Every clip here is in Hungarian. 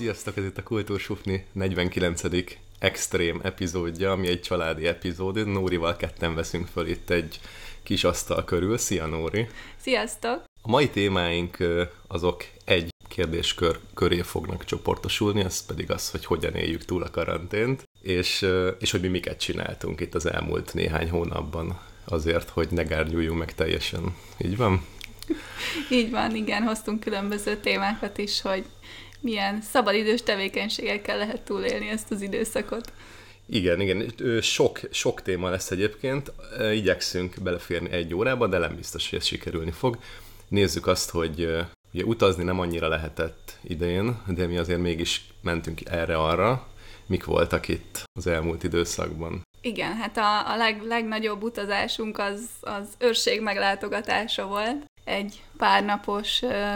Sziasztok, ez itt a Kultúrsufni 49. extrém epizódja, ami egy családi epizód. Nórival ketten veszünk föl itt egy kis asztal körül. Szia, Nóri! Sziasztok! A mai témáink azok egy kérdéskör köré fognak csoportosulni, az pedig az, hogy hogyan éljük túl a karantént, és hogy mi miket csináltunk itt az elmúlt néhány hónapban azért, hogy ne gárnyuljunk meg teljesen. Így van? Így van, igen, hoztunk különböző témákat is, hogy milyen szabadidős tevékenységekkel lehet túlélni ezt az időszakot. Igen, sok téma lesz egyébként, igyekszünk beleférni egy órába, de nem biztos, hogy ez sikerülni fog. Nézzük azt, hogy ugye utazni nem annyira lehetett idén, de mi azért mégis mentünk erre-arra. Mik voltak itt az elmúlt időszakban? Igen, hát a legnagyobb utazásunk az őrség meglátogatása volt. Egy párnapos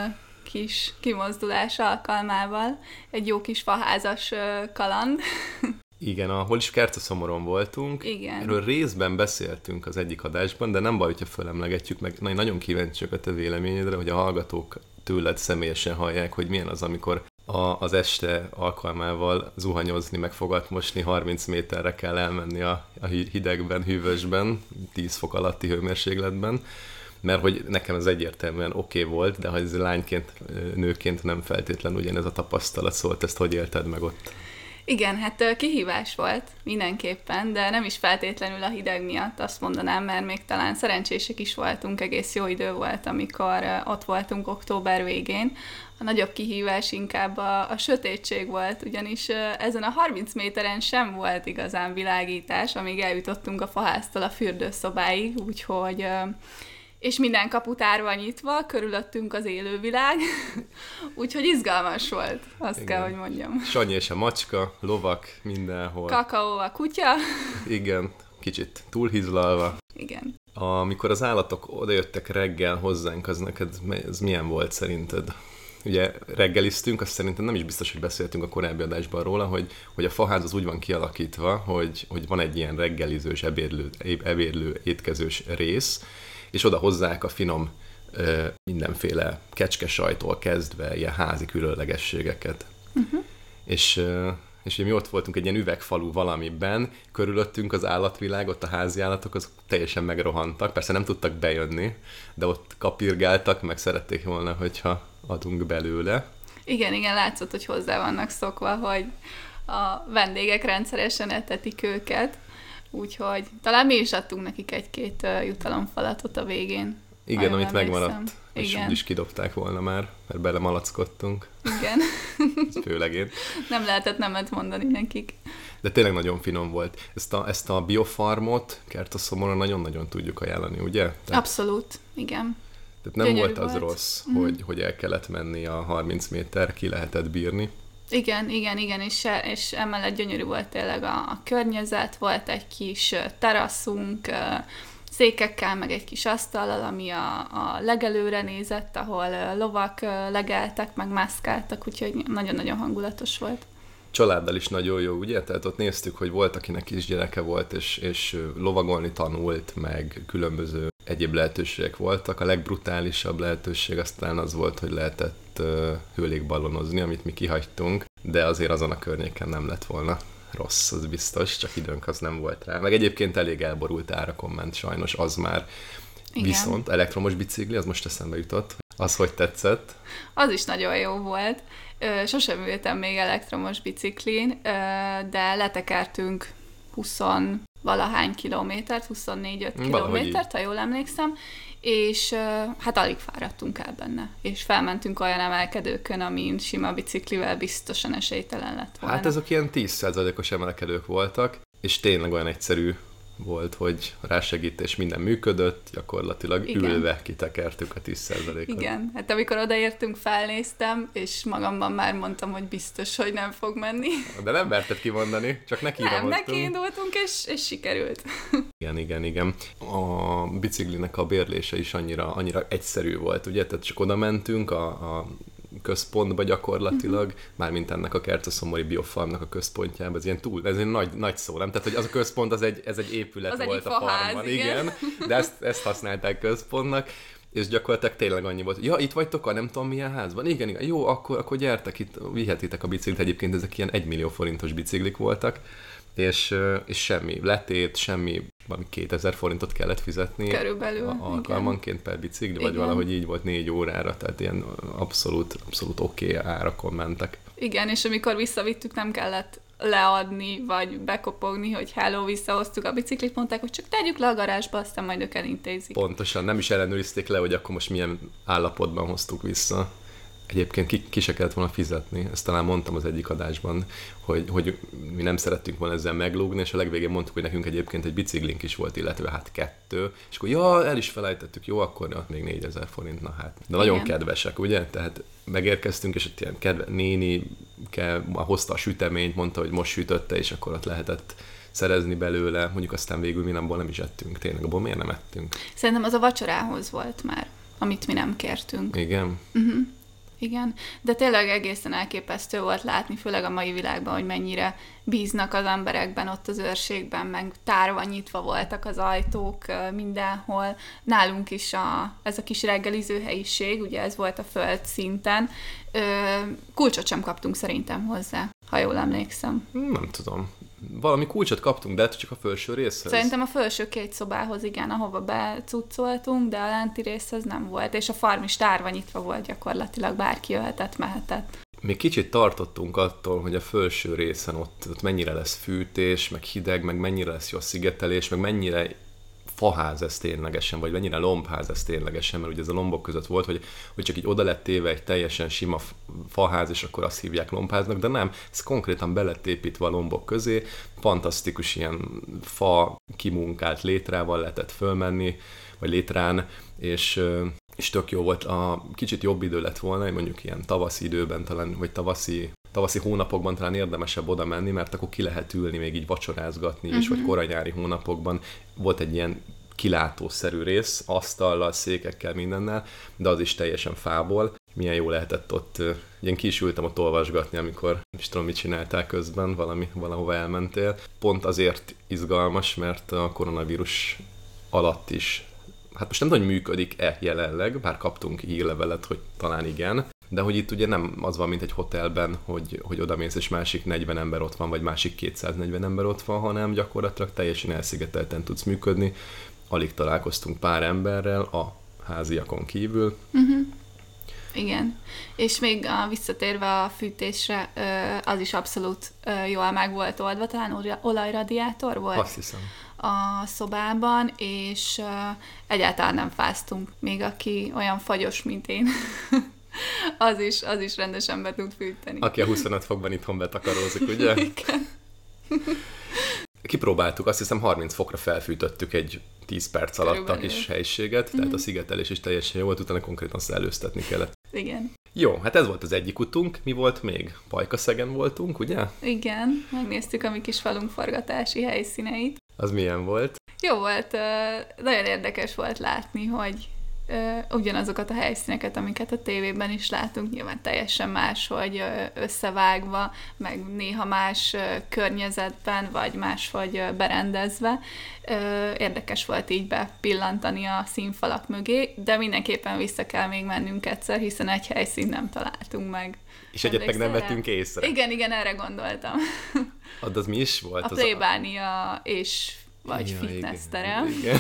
kis kimozdulás alkalmával, egy jó kis faházas kaland. Igen, hol is Kerteszomoron voltunk. Igen. Erről részben beszéltünk az egyik adásban, de nem baj, hogyha fölemlegetjük, meg nagyon kíváncsiak a te véleményedre, hogy a hallgatók tőled személyesen hallják, hogy milyen az, amikor az este alkalmával zuhanyozni, meg fogat mosni, 30 méterre kell elmenni a hidegben, hűvösben, 10 fok alatti hőmérsékletben, mert hogy nekem ez egyértelműen oké volt, de ha ez lányként, nőként nem feltétlenül ugyanez a tapasztalat szólt, ezt hogy élted meg ott? Igen, hát kihívás volt mindenképpen, de nem is feltétlenül a hideg miatt, azt mondanám, mert még talán szerencsések is voltunk, egész jó idő volt, amikor ott voltunk október végén. A nagyobb kihívás inkább a sötétség volt, ugyanis ezen a 30 méteren sem volt igazán világítás, amíg eljutottunk a faháztól a fürdőszobáig, úgyhogy... és minden kaputárva nyitva, körülöttünk az élővilág, úgyhogy izgalmas volt, azt igen. Kell, hogy mondjam. Sanyi és a macska, lovak mindenhol. Kakaó a kutya. Igen, kicsit túlhizlalva. Igen. Amikor az állatok odajöttek reggel hozzánk, az neked ez milyen volt szerinted? Ugye reggeliztünk, azt szerintem nem is biztos, hogy beszéltünk a korábbi adásban róla, hogy a faház az úgy van kialakítva, hogy van egy ilyen reggelizős, ebédlő, étkezős rész, és oda hozzák a finom mindenféle kecskesajtól kezdve ilyen házi különlegességeket. Uh-huh. És ugye mi ott voltunk egy ilyen üvegfalu valamiben, körülöttünk az állatvilág, ott a házi állatok azok teljesen megrohantak, persze nem tudtak bejönni, de ott kapirgáltak, meg szerették volna, hogyha adunk belőle. Igen, látszott, hogy hozzá vannak szokva, hogy a vendégek rendszeresen etetik őket, úgyhogy talán mi is adtunk nekik egy-két jutalomfalatot a végén. Igen, amit megmaradt, és igen. úgy is kidobták volna már, mert belemalackodtunk. Igen. Főleg én. Nem lehetett nemet mondani nekik. De tényleg nagyon finom volt. Ezt a biofarmot Kerteszomoron nagyon-nagyon tudjuk ajánlani, ugye? Tehát, abszolút, igen. Tehát nem gyönyörű volt az rossz, hogy el kellett menni a 30 méter, ki lehetett bírni. Igen, és emellett gyönyörű volt tényleg a környezet, volt egy kis teraszunk, székekkel, meg egy kis asztallal, ami a legelőre nézett, ahol lovak legeltek, meg mászkáltak, úgyhogy nagyon-nagyon hangulatos volt. Családdal is nagyon jó, ugye? Tehát ott néztük, hogy volt, akinek kisgyereke volt, és lovagolni tanult, meg különböző egyéb lehetőségek voltak. A legbrutálisabb lehetőség aztán az volt, hogy lehetett hőlékballonozni, amit mi kihagytunk, de azért azon a környéken nem lett volna rossz, az biztos, csak időnk az nem volt rá. Meg egyébként elég elborult árakon ment sajnos, az már. Igen. Viszont elektromos bicikli, az most eszembe jutott. Az hogy tetszett? Az is nagyon jó volt. Sosem ültem még elektromos biciklin, de letekertünk 20-valahány kilométert, 24-5 kilométert, ha jól emlékszem, és hát alig fáradtunk el benne. És felmentünk olyan emelkedőkön, amin sima biciklivel biztosan esélytelen lett volna. Hát ezek ilyen 10%-os emelkedők voltak, és tényleg olyan egyszerű volt, hogy rásegítés minden működött, gyakorlatilag igen. Ülve kitekertük a 10%-ot. Igen, hát amikor odaértünk, felnéztem, és magamban már mondtam, hogy biztos, hogy nem fog menni. De nem merted kimondani, csak nekiindultunk. Nem, nekiindultunk, és sikerült. Igen. A biciklinek a bérlése is annyira egyszerű volt, ugye? Tehát csak oda mentünk a központba gyakorlatilag, mármint ennek a Kerteszomori Biofarmnak a központjában, ez egy nagy szó, nem? Tehát, hogy az a központ, ez egy épület az volt a farmban, igen, de ezt használták központnak, és gyakorlatilag tényleg annyi volt. Ja, itt vagytok a nem tudom milyen házban? Igen, jó, akkor gyertek, itt vihetitek a biciklit. Egyébként ezek ilyen 1 millió forintos biciklik voltak, és semmi letét, semmi, valami 2000 forintot kellett fizetni. Körülbelül, alkalmanként per bicikli, vagy valahogy így volt 4 órára, tehát ilyen abszolút oké árakon mentek. Igen, és amikor visszavittük, nem kellett leadni, vagy bekopogni, hogy hello, visszahoztuk a biciklit, mondták, hogy csak tegyük le a garázsba, aztán majd ők elintézik. Pontosan, nem is ellenőrizték le, hogy akkor most milyen állapotban hoztuk vissza. Egyébként ki se kellett volna fizetni. Ezt talán mondtam az egyik adásban, hogy mi nem szerettünk volna ezzel meglógni, és a legvégén mondtuk, hogy nekünk egyébként egy biciklink is volt, illetve hát 2. És akkor el is felejtettük, jó, akkor még 4000 forint, na hát. De nagyon kedvesek, ugye? Tehát megérkeztünk, és ott ilyen néni hozta a süteményt, mondta, hogy most sütötte, és akkor ott lehetett szerezni belőle. Mondjuk aztán végül mi abból nem is ettünk. Tényleg, abból miért nem ettünk? Szerintem az a vacsorához volt már, amit mi nem kértünk. Igen? Igen, de tényleg egészen elképesztő volt látni, főleg a mai világban, hogy mennyire bíznak az emberekben ott az őrségben, meg tárva nyitva voltak az ajtók mindenhol. Nálunk is ez a kis reggeliző helyiség, ugye ez volt a földszinten, kulcsot sem kaptunk szerintem hozzá, ha jól emlékszem. Nem tudom. Valami kulcsot kaptunk, de hát csak a felső részhez. Szerintem a felső 2 szobához, igen, ahova becuccoltunk, de a lenti részhez nem volt, és a farm is tárva nyitva volt gyakorlatilag, bárki jöhetett, mehetett. Még kicsit tartottunk attól, hogy a felső részen ott mennyire lesz fűtés, meg hideg, meg mennyire lesz jó a szigetelés, meg mennyire faház ez ténylegesen, vagy mennyire lombház ez ténylegesen, mert ugye ez a lombok között volt, hogy csak így oda lett téve egy teljesen sima faház, és akkor azt hívják lombháznak, de nem, ez konkrétan be lett építve a lombok közé, fantasztikus ilyen fa kimunkált létrával lehetett fölmenni, vagy létrán, és tök jó volt. Kicsit jobb idő lett volna, mondjuk ilyen tavaszi időben talán, vagy tavaszi hónapokban talán érdemesebb oda menni, mert akkor ki lehet ülni, még így vacsorázgatni is, vagy koranyári hónapokban. Volt egy ilyen kilátószerű rész, asztallal, székekkel, mindennel, de az is teljesen fából. Milyen jó lehetett ott, ilyen ki is ültem ott olvasgatni, amikor nem is tudom, mit csináltál közben, valahova elmentél. Pont azért izgalmas, mert a koronavírus alatt is, hát most nem tudom, hogy működik-e jelenleg, bár kaptunk hírlevelet, hogy talán igen, de hogy itt ugye nem az van, mint egy hotelben, hogy odamész és másik 40 ember ott van, vagy másik 240 ember ott van, hanem gyakorlatilag teljesen elszigetelten tudsz működni. Alig találkoztunk pár emberrel, a háziakon kívül. Igen. És még visszatérve a fűtésre, az is abszolút jól meg volt oldva, talán olajradiátor volt? Azt hiszem. A szobában, és egyáltalán nem fáztunk, még aki olyan fagyos, mint én. az is rendesen be tud fűteni. Aki a 25 fokban itthon betakarózik, ugye? Igen. Kipróbáltuk, azt hiszem 30 fokra felfűtöttük egy 10 perc alatt a kis helyiséget, tehát a szigetelés is teljesen jó volt, utána konkrétan szellőztetni kellett. Igen. Jó, hát ez volt az egyik utunk. Mi volt még? Pajkaszegen voltunk, ugye? Igen, megnéztük a mi kis falunk forgatási helyszíneit. Az milyen volt? Jó volt, nagyon érdekes volt látni, hogy ugyanazokat a helyszíneket, amiket a tévében is látunk, nyilván teljesen más, hogy összevágva, meg néha más környezetben, vagy máshogy berendezve. Érdekes volt így bepillantani a színfalak mögé, de mindenképpen vissza kell még mennünk egyszer, hiszen egy helyszínt nem találtunk meg. És egyet meg nem vettünk észre. Igen, erre gondoltam. Az mi is volt? A plébánia vagy fitness terem. Igen.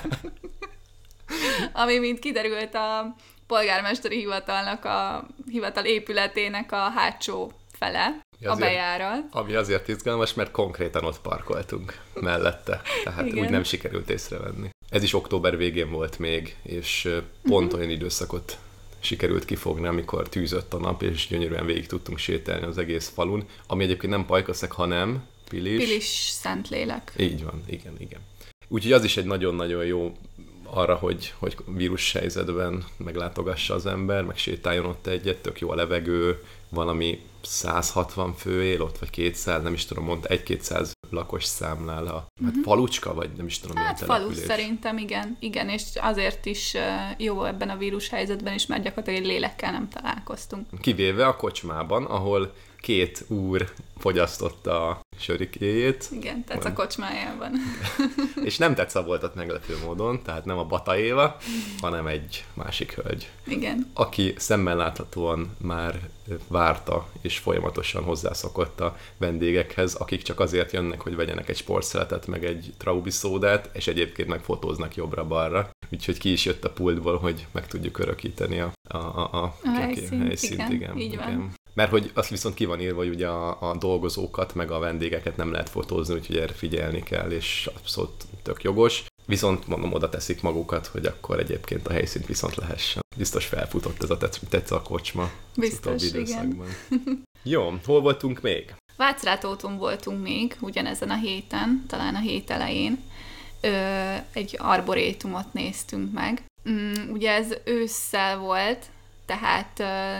Ami, mint kiderült, a polgármesteri hivatal épületének a hátsó fele, a bejárat. Ami azért izgalmas, mert konkrétan ott parkoltunk mellette, tehát úgy nem sikerült észrevenni. Ez is október végén volt még, és pont olyan időszakot sikerült kifogni, amikor tűzött a nap, és gyönyörűen végig tudtunk sétálni az egész falun, ami egyébként nem Pajkaszeg, hanem Pilis Szentlélek. Így van, igen. Úgyhogy az is egy nagyon-nagyon jó arra, hogy vírus helyzetben meglátogassa az ember, meg sétáljon ott egyet, tök jó a levegő, valami 160 fő él ott, vagy 200, nem is tudom, mondta, 1-200 lakos számlál a falucska, vagy nem is tudom, milyen település. Falu szerintem, igen, és azért is jó ebben a vírus helyzetben is, mert gyakorlatilag egy lélekkel nem találkoztunk. Kivéve a kocsmában, ahol két úr fogyasztotta a sörikéjét. Igen, tetsz a kocsmájában. És nem tetsz voltat meglepő módon, tehát nem a Bata Éva, hanem egy másik hölgy. Igen. Aki szemmel láthatóan már várta, és folyamatosan hozzászokott a vendégekhez, akik csak azért jönnek, hogy vegyenek egy sportszeletet, meg egy traubi szódát, és egyébként meg fotóznak jobbra-balra. Úgyhogy ki is jött a pultból, hogy meg tudjuk örökíteni a helyszínt. Igen, így igen. van. Mert hogy azt viszont ki van írva, hogy ugye a dolgozókat, meg a vendégeket nem lehet fotózni, úgyhogy erre figyelni kell, és abszolút tök jogos. Viszont mondom, oda teszik magukat, hogy akkor egyébként a helyszínt viszont lehessen. Biztos felfutott ez a tetsz a kocsma. Biztos, igen. Jó, hol voltunk még? Vácrátóton voltunk még, ugyanezen a héten, talán a hét elején. Egy arborétumot néztünk meg. Ugye ez ősszel volt, tehát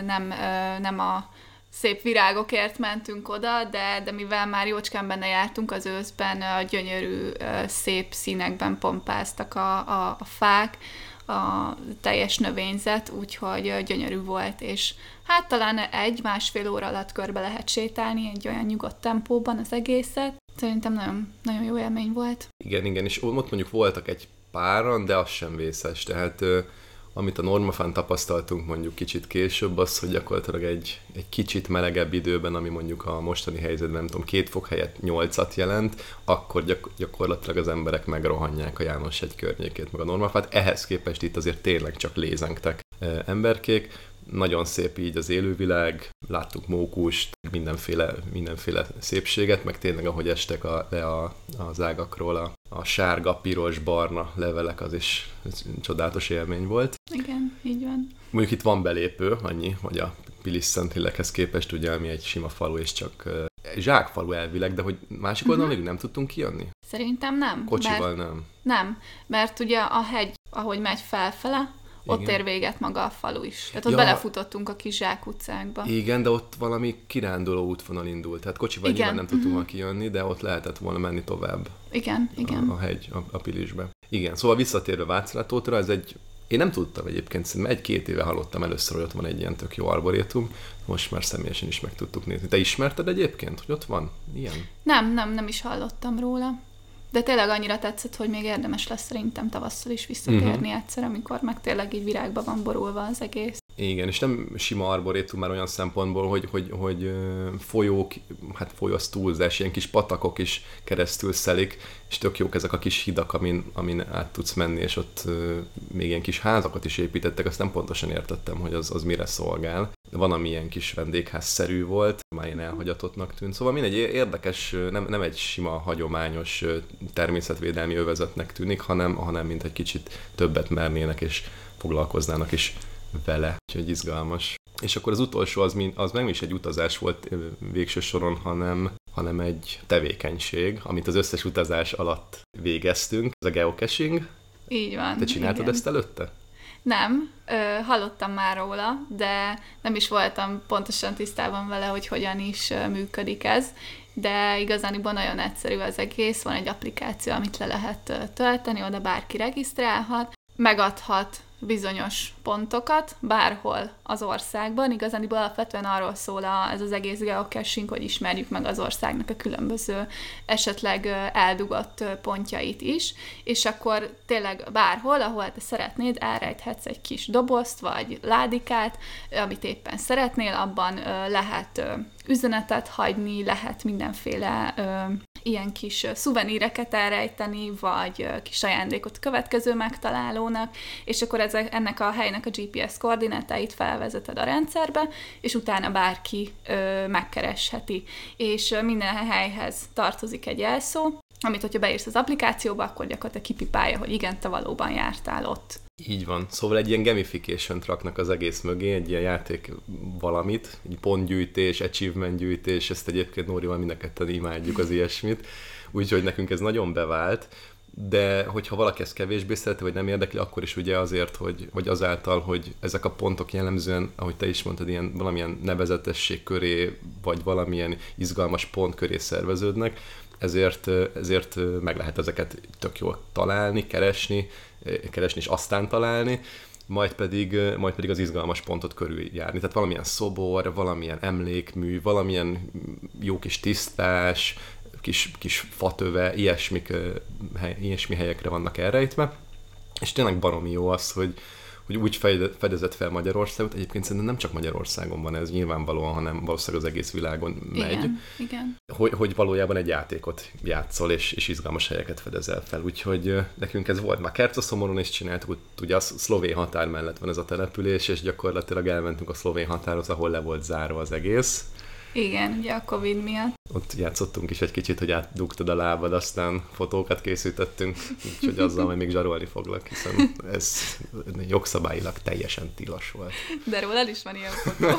nem a szép virágokért mentünk oda, de mivel már jócskán benne jártunk az őszben, a gyönyörű, szép színekben pompáztak a fák, a teljes növényzet, úgyhogy gyönyörű volt, és hát talán 1-1,5 óra alatt körbe lehet sétálni egy olyan nyugodt tempóban az egészet. Szerintem nagyon, nagyon jó élmény volt. Igen, és ott mondjuk voltak egy páran, de az sem vészes, tehát amit a Normafán tapasztaltunk mondjuk kicsit később, az, hogy gyakorlatilag egy kicsit melegebb időben, ami mondjuk a mostani helyzetben, nem tudom, 2 fok helyett 8-at jelent, akkor gyakorlatilag az emberek megrohanják a János-hegy környékét, meg a Normafát. Ehhez képest itt azért tényleg csak lézengtek emberkék. Nagyon szép így az élővilág, láttuk mókust, mindenféle szépséget, meg tényleg ahogy estek az ágakról a sárga, piros, barna levelek, az is csodálatos élmény volt. Igen, így van. Mondjuk itt van belépő, annyi, hogy a Pilis-Szentlélekhez képest, ugye, ami egy sima falu, és csak zsákfalu elvileg, de hogy másik oldalon még nem tudtunk kijönni? Szerintem nem. Kocsival nem. Nem, mert ugye a hegy, ahogy megy felfele, ott igen. ér véget maga a falu is. Tehát ott belefutottunk a kis zsákutcákba. Igen, de ott valami kiránduló útvonal indult. Tehát kocsival nyilván nem tudtunk volna kijönni, de ott lehetett volna menni tovább. Igen. A hegy, a Pilisbe. Igen, szóval visszatérve Vácrátótra, én nem tudtam egyébként, szerintem 1-2 éve hallottam először, hogy ott van egy ilyen tök jó arborétum. Most már személyesen is meg tudtuk nézni. Te ismerted egyébként, hogy ott van ilyen? Nem is hallottam róla. De tényleg annyira tetszett, hogy még érdemes lesz szerintem tavasszal is visszatérni egyszer, amikor meg tényleg így virágba van borulva az egész. Igen, és nem sima arborétum már olyan szempontból, hogy folyók, hát folyó az túlzás, ilyen kis patakok is keresztül szelik, és tök jók ezek a kis hidak, amin át tudsz menni, és ott még ilyen kis házakat is építettek, azt nem pontosan értettem, hogy az mire szolgál. Van, ami ilyen kis vendégházszerű volt, már ilyen elhagyatottnak tűnt. Szóval mindegy érdekes, nem egy sima, hagyományos természetvédelmi övezetnek tűnik, hanem mint egy kicsit többet mernének és foglalkoznának is vele, úgyhogy izgalmas. És akkor az utolsó az nem is egy utazás volt végső soron, hanem egy tevékenység, amit az összes utazás alatt végeztünk. Ez a geocaching. Így van. Te csináltad ezt előtte? Nem, hallottam már róla, de nem is voltam pontosan tisztában vele, hogy hogyan is működik ez, de igazániból nagyon egyszerű az egész, van egy applikáció, amit le lehet tölteni, oda bárki regisztrálhat, megadhat bizonyos pontokat bárhol az országban. Igazániból alapvetően arról szól ez az egész geocaching, hogy ismerjük meg az országnak a különböző esetleg eldugott pontjait is, és akkor tényleg bárhol, ahol te szeretnéd, elrejthetsz egy kis dobozt, vagy ládikát, amit éppen szeretnél, abban lehet üzenetet hagyni, lehet mindenféle ilyen kis szuveníreket elrejteni, vagy kis ajándékot következő megtalálónak, és akkor ennek a helynek a GPS koordinátáit felvezeted a rendszerbe, és utána bárki megkeresheti. És minden helyhez tartozik egy jelszó, amit, hogyha beírsz az applikációba, akkor gyakorlatilag kipipálja, hogy igen, te valóban jártál ott. Így van. Szóval egy ilyen gamification-t raknak az egész mögé, egy ilyen játék valamit, egy pontgyűjtés, achievement gyűjtés, ezt egyébként Nórival mind a ketten imádjuk az ilyesmit, úgyhogy nekünk ez nagyon bevált, de hogyha valaki ezt kevésbé szereti, vagy nem érdekli, akkor is ugye azért, hogy azáltal, hogy ezek a pontok jellemzően, ahogy te is mondtad, ilyen valamilyen nevezetesség köré, vagy valamilyen izgalmas pont köré szerveződnek, ezért meg lehet ezeket tök jól találni, keresni és aztán találni, majd pedig az izgalmas pontot körüljárni. Tehát valamilyen szobor, valamilyen emlékmű, valamilyen jó kis tisztás, kis fatöve, ilyesmi helyekre vannak elrejtve. És tényleg baromi jó az, hogy úgy fedezett fel Magyarországot. Egyébként szerintem nem csak Magyarországon van ez nyilvánvalóan, hanem valószínűleg az egész világon megy. Igen. Hogy valójában egy játékot játszol, és izgalmas helyeket fedezel fel. Úgyhogy nekünk ez volt. Már Kercaszomorún is csináltuk, ugye a szlovén határ mellett van ez a település, és gyakorlatilag elmentünk a szlovén határhoz, ahol le volt zárva az egész. Igen, ugye a Covid miatt. Ott játszottunk is egy kicsit, hogy átdugtad a lábad, aztán fotókat készítettünk, úgyhogy azzal majd még zsarolni foglak, hiszen ez jogszabályilag teljesen tilos volt. De rólad is van ilyen fotó.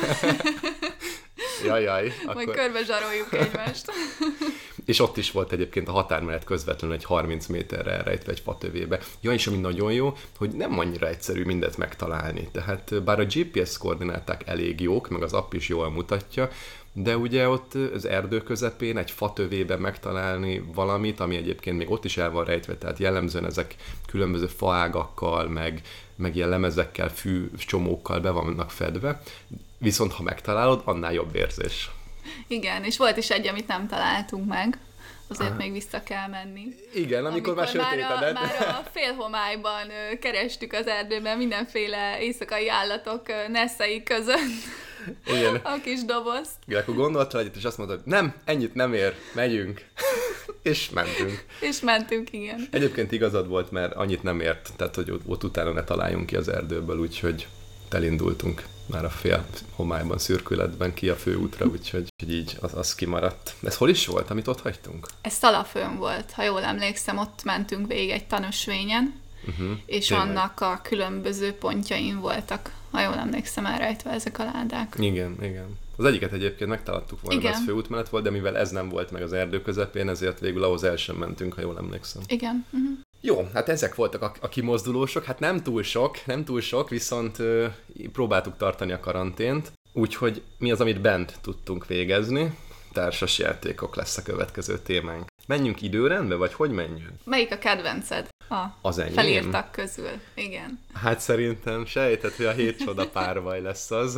Jaj. Majd körbe zsaroljuk egymást. És ott is volt egyébként a határ mellett közvetlenül egy 30 méterre elrejtve egy fatövébe. Ja, és ami nagyon jó, hogy nem annyira egyszerű mindet megtalálni. Tehát bár a GPS koordináták elég jók, meg az app is jól mutatja, de ugye ott az erdő közepén egy fatövében megtalálni valamit, ami egyébként még ott is el van rejtve, tehát jellemzően ezek különböző faágakkal, meg ilyen lemezekkel, csomókkal be vannak fedve, viszont ha megtalálod, annál jobb érzés. Igen, és volt is egy, amit nem találtunk meg, azért még vissza kell menni. Igen, amikor már sötétedett. Már a félhomályban kerestük az erdőben mindenféle éjszakai állatok nesszei között. Igen. A kis dobozt. Igen, akkor gondoltál egyet, és azt mondtad, hogy nem, ennyit nem ér, megyünk. És mentünk. És mentünk, igen. Egyébként igazad volt, mert annyit nem ért, tehát hogy ott utána ne találjunk ki az erdőből, úgyhogy elindultunk már a fél homályban, szürkületben ki a főútra, úgyhogy így az kimaradt. Ez hol is volt, amit ott hagytunk? Ez Szalafön volt, ha jól emlékszem, ott mentünk végig egy tanösvényen, és tényleg. Annak a különböző pontjain voltak, ha jól emlékszem, elrejtve ezek a ládák. Igen. Az egyiket egyébként megtaláltuk volna, mert ez főút mellett volt, de mivel ez nem volt meg az erdő közepén, ezért végül ahhoz el sem mentünk, ha jól emlékszem. Igen. Jó, hát ezek voltak a kimozdulósok, hát nem túl sok, viszont próbáltuk tartani a karantént, úgyhogy mi az, amit bent tudtunk végezni? Társas játékok lesz a következő témánk. Menjünk időrendbe, vagy hogy menjünk? Melyik a kedvenced? Az enyém? Felírtak közül, igen. Hát szerintem sejtett, hogy a 7 csoda párbaj lesz az.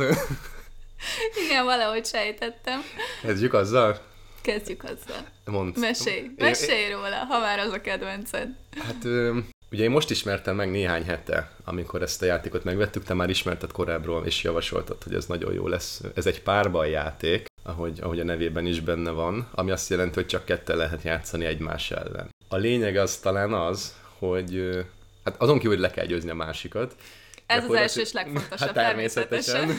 Igen, valahogy sejtettem. Kezdjük azzal? Kezdjük azzal. Mondd. Mesélj róla, ha már az a kedvenced. Hát ugye én most ismertem meg néhány hete, amikor ezt a játékot megvettük, te már ismerted korábbról, és javasoltad, hogy ez nagyon jó lesz. Ez egy párbaj játék, ahogy a nevében is benne van, ami azt jelenti, hogy csak ketten lehet játszani egymás ellen. A lényeg az talán az, hogy hát azon kívül, hogy le kell győzni a másikat. Ez az első és legfontosabb, hát természetesen.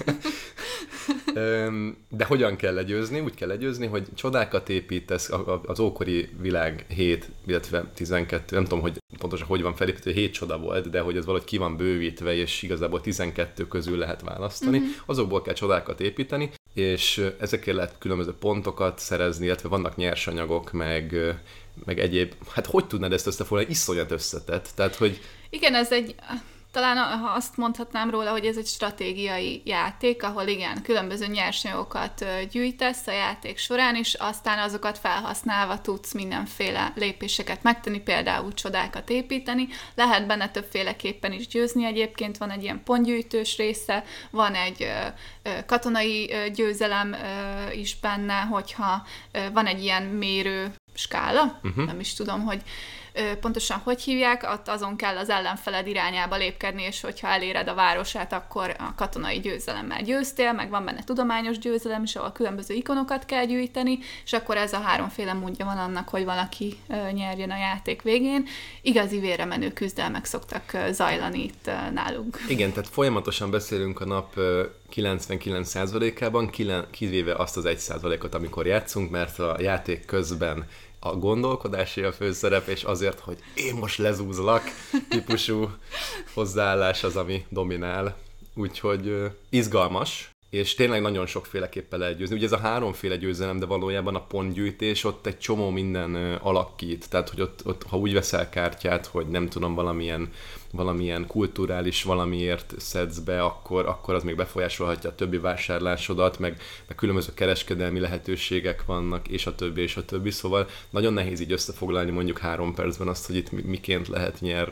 De hogyan kell legyőzni? Úgy kell legyőzni, hogy csodákat építesz, az ókori világ 7, illetve 12, nem tudom, hogy pontosan hogy van felépítve, 7 csoda volt, de hogy ez valahogy ki van bővítve, és igazából 12 közül lehet választani. Azokból kell csodákat építeni, és ezekért lehet különböző pontokat szerezni, illetve vannak nyersanyagok, meg egyéb. Hát hogy tudnád ezt összefoglalni? Iszonyat összetett. Tehát, hogy... Igen, ez egy... Talán azt mondhatnám róla, hogy ez egy stratégiai játék, ahol igen, különböző nyersanyagokat gyűjtesz a játék során, és aztán azokat felhasználva tudsz mindenféle lépéseket megtenni, például csodákat építeni. Lehet benne többféleképpen is győzni egyébként, van egy ilyen pontgyűjtős része, van egy katonai győzelem is benne, hogyha van egy ilyen mérő skála, nem is tudom, hogy pontosan hogy hívják, azon kell az ellenfeled irányába lépkedni, és hogyha eléred a városát, akkor a katonai győzelemmel győztél, meg van benne tudományos győzelem is, ahol különböző ikonokat kell gyűjteni, és akkor ez a háromféle módja van annak, hogy valaki nyerjen a játék végén. Igazi vérre menő küzdelmek szoktak zajlani itt nálunk. Igen, tehát folyamatosan beszélünk a nap 99%-ában, kivéve azt az 1%-ot, amikor játszunk, mert a játék közben a gondolkodásé a főszerep, és azért, hogy én most lezúzlak típusú hozzáállás az, ami dominál. Úgyhogy izgalmas, és tényleg nagyon sokféleképpen lehet győzni. Ugye ez a háromféle győzelem, de valójában a pontgyűjtés ott egy csomó minden alakít. Tehát, hogy ott ha úgy veszel kártyát, hogy nem tudom, valamilyen kulturális valamiért szedsz be, akkor az még befolyásolhatja a többi vásárlásodat, meg különböző kereskedelmi lehetőségek vannak, és a többi. Szóval nagyon nehéz így összefoglalni mondjuk 3 percben azt, hogy itt miként lehet nyerni.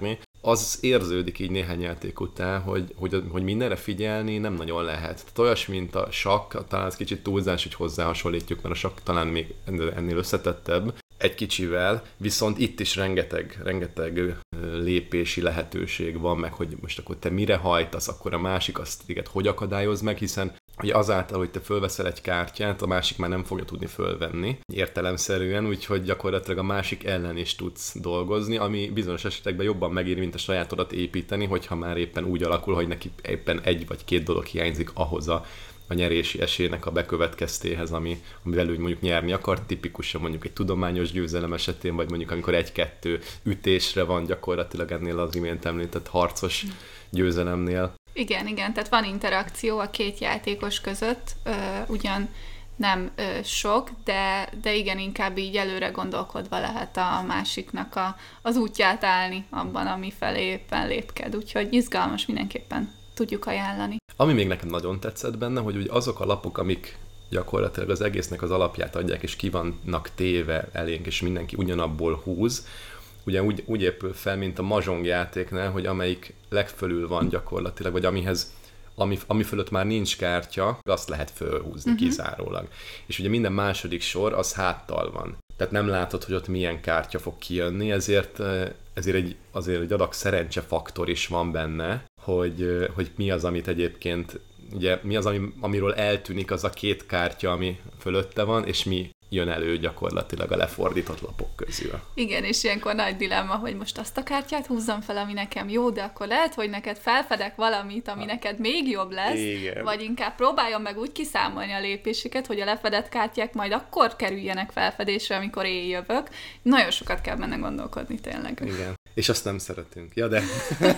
az érződik így néhány játék után, hogy mindenre figyelni nem nagyon lehet. Tehát olyas, mint a sakk, talán ez kicsit túlzás, hogy hozzá hasonlítjuk, mert a sakk talán még ennél összetettebb egy kicsivel, viszont itt is rengeteg lépési lehetőség van, meg hogy most akkor te mire hajtasz, akkor a másik azt téged hogy akadályoz meg, hiszen hogy azáltal, hogy te fölveszel egy kártyát, a másik már nem fogja tudni fölvenni értelemszerűen, úgyhogy gyakorlatilag a másik ellen is tudsz dolgozni, ami bizonyos esetekben jobban megér, mint a sajátodat építeni, hogyha már éppen úgy alakul, hogy neki éppen egy vagy két dolog hiányzik ahhoz a nyerési esélynek a bekövetkeztéhez, amivel úgy mondjuk nyerni akar, tipikusan mondjuk egy tudományos győzelem esetén, vagy mondjuk amikor egy-kettő ütésre van gyakorlatilag ennél az imént említett harcos győzelemnél. Igen, tehát van interakció a két játékos között, ugyan nem sok, de igen, inkább így előre gondolkodva lehet a másiknak az útját állni abban, ami felé éppen lépked, úgyhogy izgalmas, mindenképpen tudjuk ajánlani. Ami még nekem nagyon tetszett benne, hogy ugye azok a lapok, amik gyakorlatilag az egésznek az alapját adják, és ki vannak téve elénk, és mindenki ugyanabból húz, ugye úgy épül fel, mint a mahjong játéknál, hogy amelyik legfölül van gyakorlatilag, vagy ami fölött már nincs kártya, azt lehet fölhúzni kizárólag. És ugye minden második sor az háttal van. Tehát nem látod, hogy ott milyen kártya fog kijönni, ezért egy adag szerencsefaktor is van benne, hogy mi az, amit egyébként, ugye mi az, amiről eltűnik az a két kártya, ami fölötte van, és mi jön elő gyakorlatilag a lefordított lapok közül. Igen, és ilyenkor nagy dilemma, hogy most azt a kártyát húzzam fel, ami nekem jó, de akkor lehet, hogy neked felfedek valamit, ami neked még jobb lesz, igen. Vagy inkább próbáljon meg úgy kiszámolni a lépéseket, hogy a lefedett kártyák majd akkor kerüljenek felfedésre, amikor én jövök. Nagyon sokat kell benne gondolkodni tényleg. Igen, és azt nem szeretünk. Ja, de...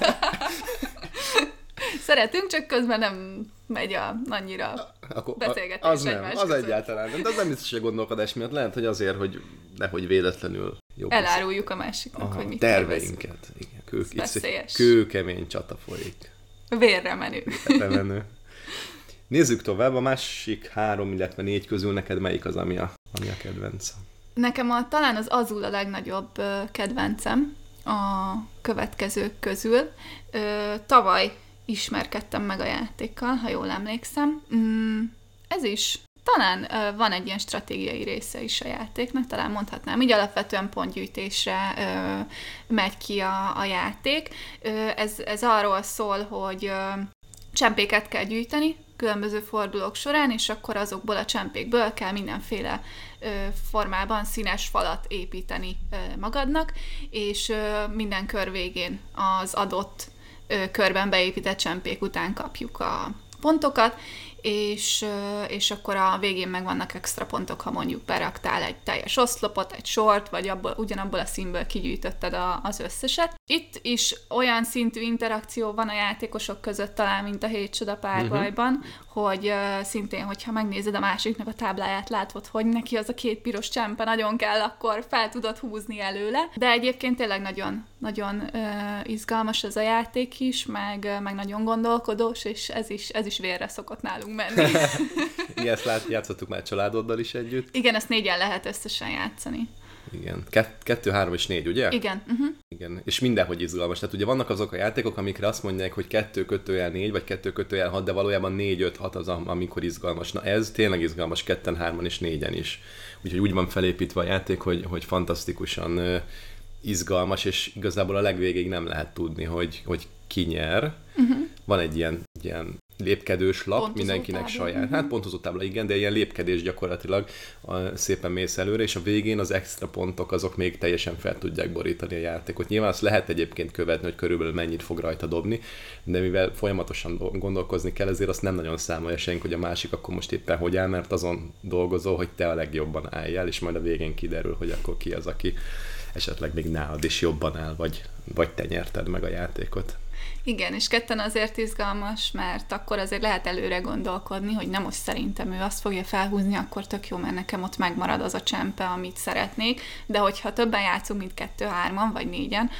Szeretünk, csak közben nem megy annyira beszélgetés az egymás nem, között. az egyáltalán nem. De az nem biztos, hogy a gondolkodás miatt lehet, hogy azért, hogy nehogy véletlenül jobb. Eláruljuk a másiknak, hogy mit terveinket. Igen, kőkemény csata folyik. Vérre menő. Nézzük tovább, a másik 3, illetve 4 közül neked melyik az, ami a kedvenc? Nekem talán az Azul a legnagyobb kedvencem a következők közül. Tavaly ismerkedtem meg a játékkal, ha jól emlékszem. Ez is talán van egy ilyen stratégiai része is a játéknak, talán mondhatnám, így alapvetően pontgyűjtésre megy ki a játék. Ez arról szól, hogy csempéket kell gyűjteni különböző fordulók során, és akkor azokból a csempékből kell mindenféle formában színes falat építeni magadnak, és minden kör végén az adott körben beépített csempék után kapjuk a pontokat, és akkor a végén meg vannak extra pontok, ha mondjuk beraktál egy teljes oszlopot, egy sort, vagy ugyanabból a színből kigyűjtötted az összeset. Itt is olyan szintű interakció van a játékosok között talán, mint a 7 csoda párbajban, hogy szintén, hogyha megnézed a másiknak a tábláját, látod, hogy neki az a 2 piros csempe nagyon kell, akkor fel tudod húzni előle. De egyébként tényleg nagyon, nagyon izgalmas ez a játék is, meg nagyon gondolkodós, és ez is vérre szokott nálunk menni. Mi ezt játszottuk már családoddal is együtt? Igen, ezt 4-en lehet összesen játszani. Igen. 2, 3 és 4, ugye? Igen. Igen. És mindenhogy izgalmas. Tehát ugye vannak azok a játékok, amikre azt mondják, hogy 2-4, vagy 2-6, de valójában 4-5-6 az, amikor izgalmas. Na ez tényleg izgalmas 2-en, 3-an és 4-en is. Úgyhogy úgy van felépítve a játék, hogy fantasztikusan izgalmas, és igazából a legvégéig nem lehet tudni, hogy ki nyer. Van egy ilyen lépkedős lap, pontozó mindenkinek tábla. Saját. Hát pontozó tábla, igen, de ilyen lépkedés gyakorlatilag szépen mész előre, és a végén az extra pontok azok még teljesen fel tudják borítani a játékot. Nyilván azt lehet egyébként követni, hogy körülbelül mennyit fog rajta dobni, de mivel folyamatosan gondolkozni kell, ezért azt nem nagyon számolja senki, hogy a másik akkor most éppen hogy áll, mert azon dolgozol, hogy te a legjobban álljál, és majd a végén kiderül, hogy akkor ki az, aki esetleg még nálad is jobban áll, vagy te nyerted meg a játékot. Igen, és ketten azért izgalmas, mert akkor azért lehet előre gondolkodni, hogy nem most szerintem ő azt fogja felhúzni, akkor tök jó, mert nekem ott megmarad az a csempe, amit szeretnék, de hogyha többen játszunk, mint 2-3-an vagy 4-en,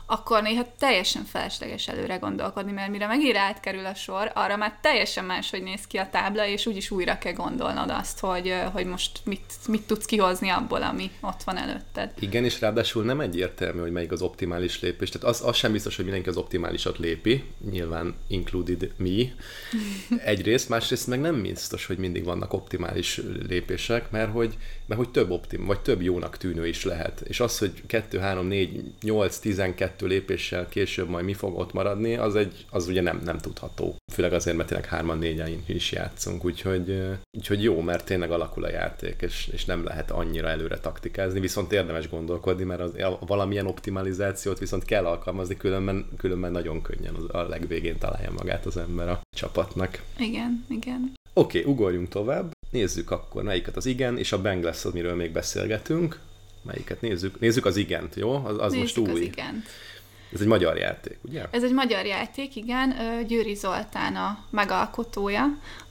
akkor néha teljesen felesleges előre gondolkodni, mert mire megint átkerül a sor, arra már teljesen máshogy néz ki a tábla, és úgyis újra kell gondolnod azt, hogy most mit tudsz kihozni abból, ami ott van előtted. Igen, és ráadásul nem egyértelmű, hogy melyik az optimális lépés. Tehát az sem biztos, hogy mindenki az optimálisat lépi, nyilván included me. Egyrészt, másrészt meg nem biztos, hogy mindig vannak optimális lépések, mert hogy vagy több jónak tűnő is lehet. És az, hogy 2, 3, 4, 8, 12 lépéssel később majd mi fog ott maradni, az ugye nem tudható. Főleg azért, mert tényleg 3-4-en is játszunk, úgyhogy jó, mert tényleg alakul a játék, és nem lehet annyira előre taktikázni, viszont érdemes gondolkodni, mert valamilyen optimalizációt viszont kell alkalmazni, különben nagyon könnyen a legvégén találja magát az ember a csapatnak. Igen. Oké, ugorjunk tovább. Nézzük akkor, melyiket az igen, és a bang lesz, amiről még beszélgetünk. Melyiket nézzük? Nézzük az igent, jó? Az most új. Az igent. Ez egy magyar játék, ugye? Ez egy magyar játék, igen. Győri Zoltán a megalkotója,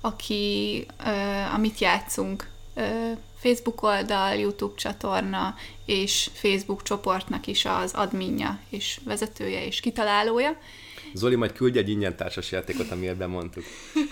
amit játszunk. Facebook oldal, YouTube csatorna és Facebook csoportnak is az adminja és vezetője és kitalálója. Zoli, majd küldj egy ingyen társas játékot, amiért bemondtuk.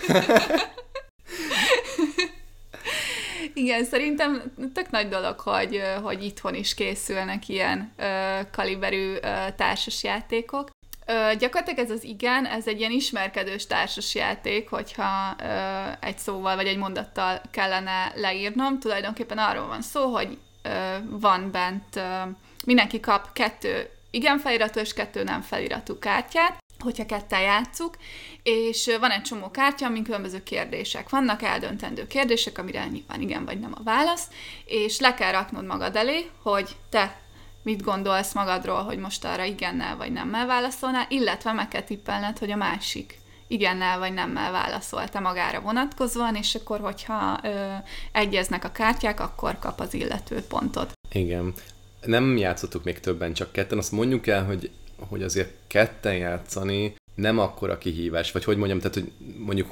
Igen, szerintem tök nagy dolog, hogy itthon is készülnek ilyen kaliberű társasjátékok. Gyakorlatilag ez az igen, ez egy ilyen ismerkedős társasjáték, hogyha egy szóval vagy egy mondattal kellene leírnom. Tulajdonképpen arról van szó, hogy van bent, mindenki kap 2 igen feliratú és 2 nem feliratú kártyát, hogyha ketten játsszuk, és van egy csomó kártya, amin különböző kérdések vannak, eldöntendő kérdések, amire nyilván igen vagy nem a válasz, és le kell raknod magad elé, hogy te mit gondolsz magadról, hogy most arra igennel vagy nemmel válaszolnál, illetve meg kell tippelned, hogy a másik igennel vagy nemmel válaszol-e magára vonatkozóan, és akkor, hogyha egyeznek a kártyák, akkor kap az illető pontot. Igen. Nem játszottuk még többen, csak ketten. Azt mondjuk el, hogy azért ketten játszani nem akkora kihívás, vagy hogy mondjam, tehát hogy mondjuk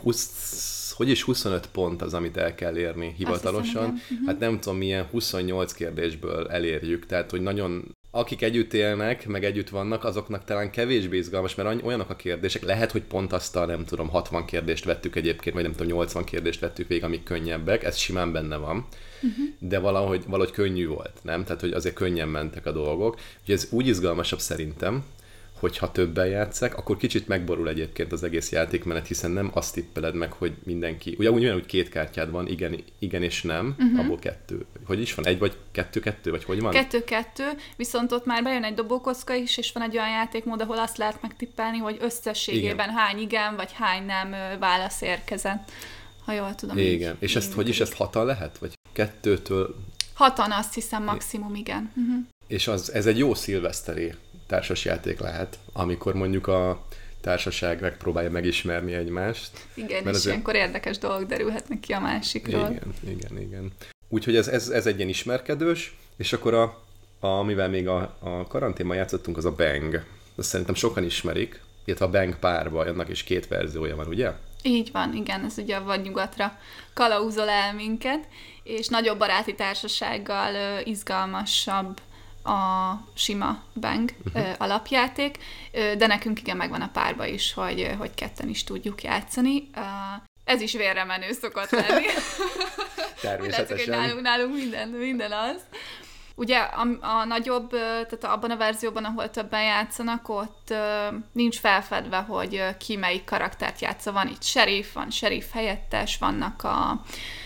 25 pont az, amit el kell érni hivatalosan. Hát nem tudom, milyen 28 kérdésből elérjük, tehát hogy nagyon akik együtt élnek, meg együtt vannak, azoknak talán kevésbé izgalmas, mert olyanok a kérdések, lehet, hogy pont azt a, nem tudom, 60 kérdést vettük egyébként, vagy nem tudom, 80 kérdést vettük végig, amik könnyebbek, ez simán benne van, de valahogy könnyű volt, nem? Tehát, hogy azért könnyen mentek a dolgok. Úgyhogy ez úgy izgalmasabb szerintem, hogyha többen játsszák, akkor kicsit megborul egyébként az egész játékmenet, hiszen nem azt tippeled meg, hogy mindenki... Ugye ugyanúgy 2 kártyád van, igen és nem, abból 2. Hogy is van? 1 vagy 2-2, vagy hogy van? 2-2, viszont ott már bejön egy dobókocka is, és van egy olyan játékmód, ahol azt lehet megtippelni, hogy összességében hány igen, vagy hány nem válasz érkezett. Ha jól tudom. Igen, és ezt hogy is, ezt 6-an lehet? Vagy 2-től... 6-an azt hiszem maximum, igen. És ez egy jó szilveszteri társasjáték lehet, amikor mondjuk a társaság megpróbálja megismerni egymást. Igen, és ilyenkor érdekes dolgok derülhetnek ki a másikról. Igen. Úgyhogy ez egy ilyen ismerkedős, és akkor amivel még a karanténban játszottunk, az a Bang. Azt szerintem sokan ismerik, illetve a Bang párban, annak is 2 verziója van, ugye? Így van, igen, ez ugye a vadnyugatra kalauzol el minket, és nagyobb baráti társasággal izgalmasabb a sima Bang alapjáték, de nekünk igen megvan a párba is, hogy ketten is tudjuk játszani. Ez is vérre menő szokott lenni. Természetesen. Nálunk minden az. Ugye a nagyobb, tehát abban a verzióban, ahol többen játszanak, ott nincs felfedve, hogy ki melyik karaktert játsza. Van itt sheriff, van sheriff helyettes, vannak a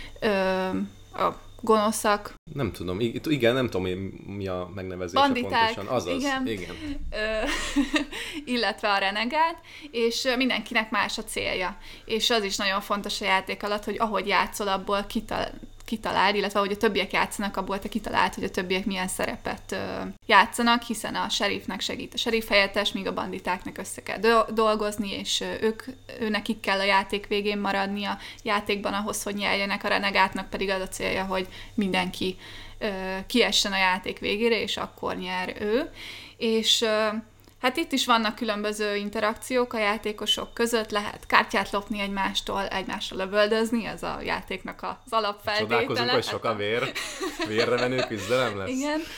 gonoszak. Nem tudom, igen, nem tudom, mi a megnevezése banditák, pontosan. Azaz, igen. Illetve a renegát, és mindenkinek más a célja. És az is nagyon fontos a játék alatt, hogy ahogy játszol, abból kitaláld, illetve ahogy a többiek játszanak, abból te kitaláld, hogy a többiek milyen szerepet játszanak, hiszen a sheriffnek segít a sheriff helyettes, míg a banditáknak össze kell dolgozni, és nekik kell a játék végén maradni a játékban ahhoz, hogy nyerjenek, a renegátnak pedig az a célja, hogy mindenki kiessen a játék végére, és akkor nyer ő. És hát itt is vannak különböző interakciók a játékosok között, lehet kártyát lopni egymástól, egymásra lövöldözni, ez a játéknak az alapfeltétele. Csodálkozunk, hogy sok a vérre menő küzdelem lesz. Igen.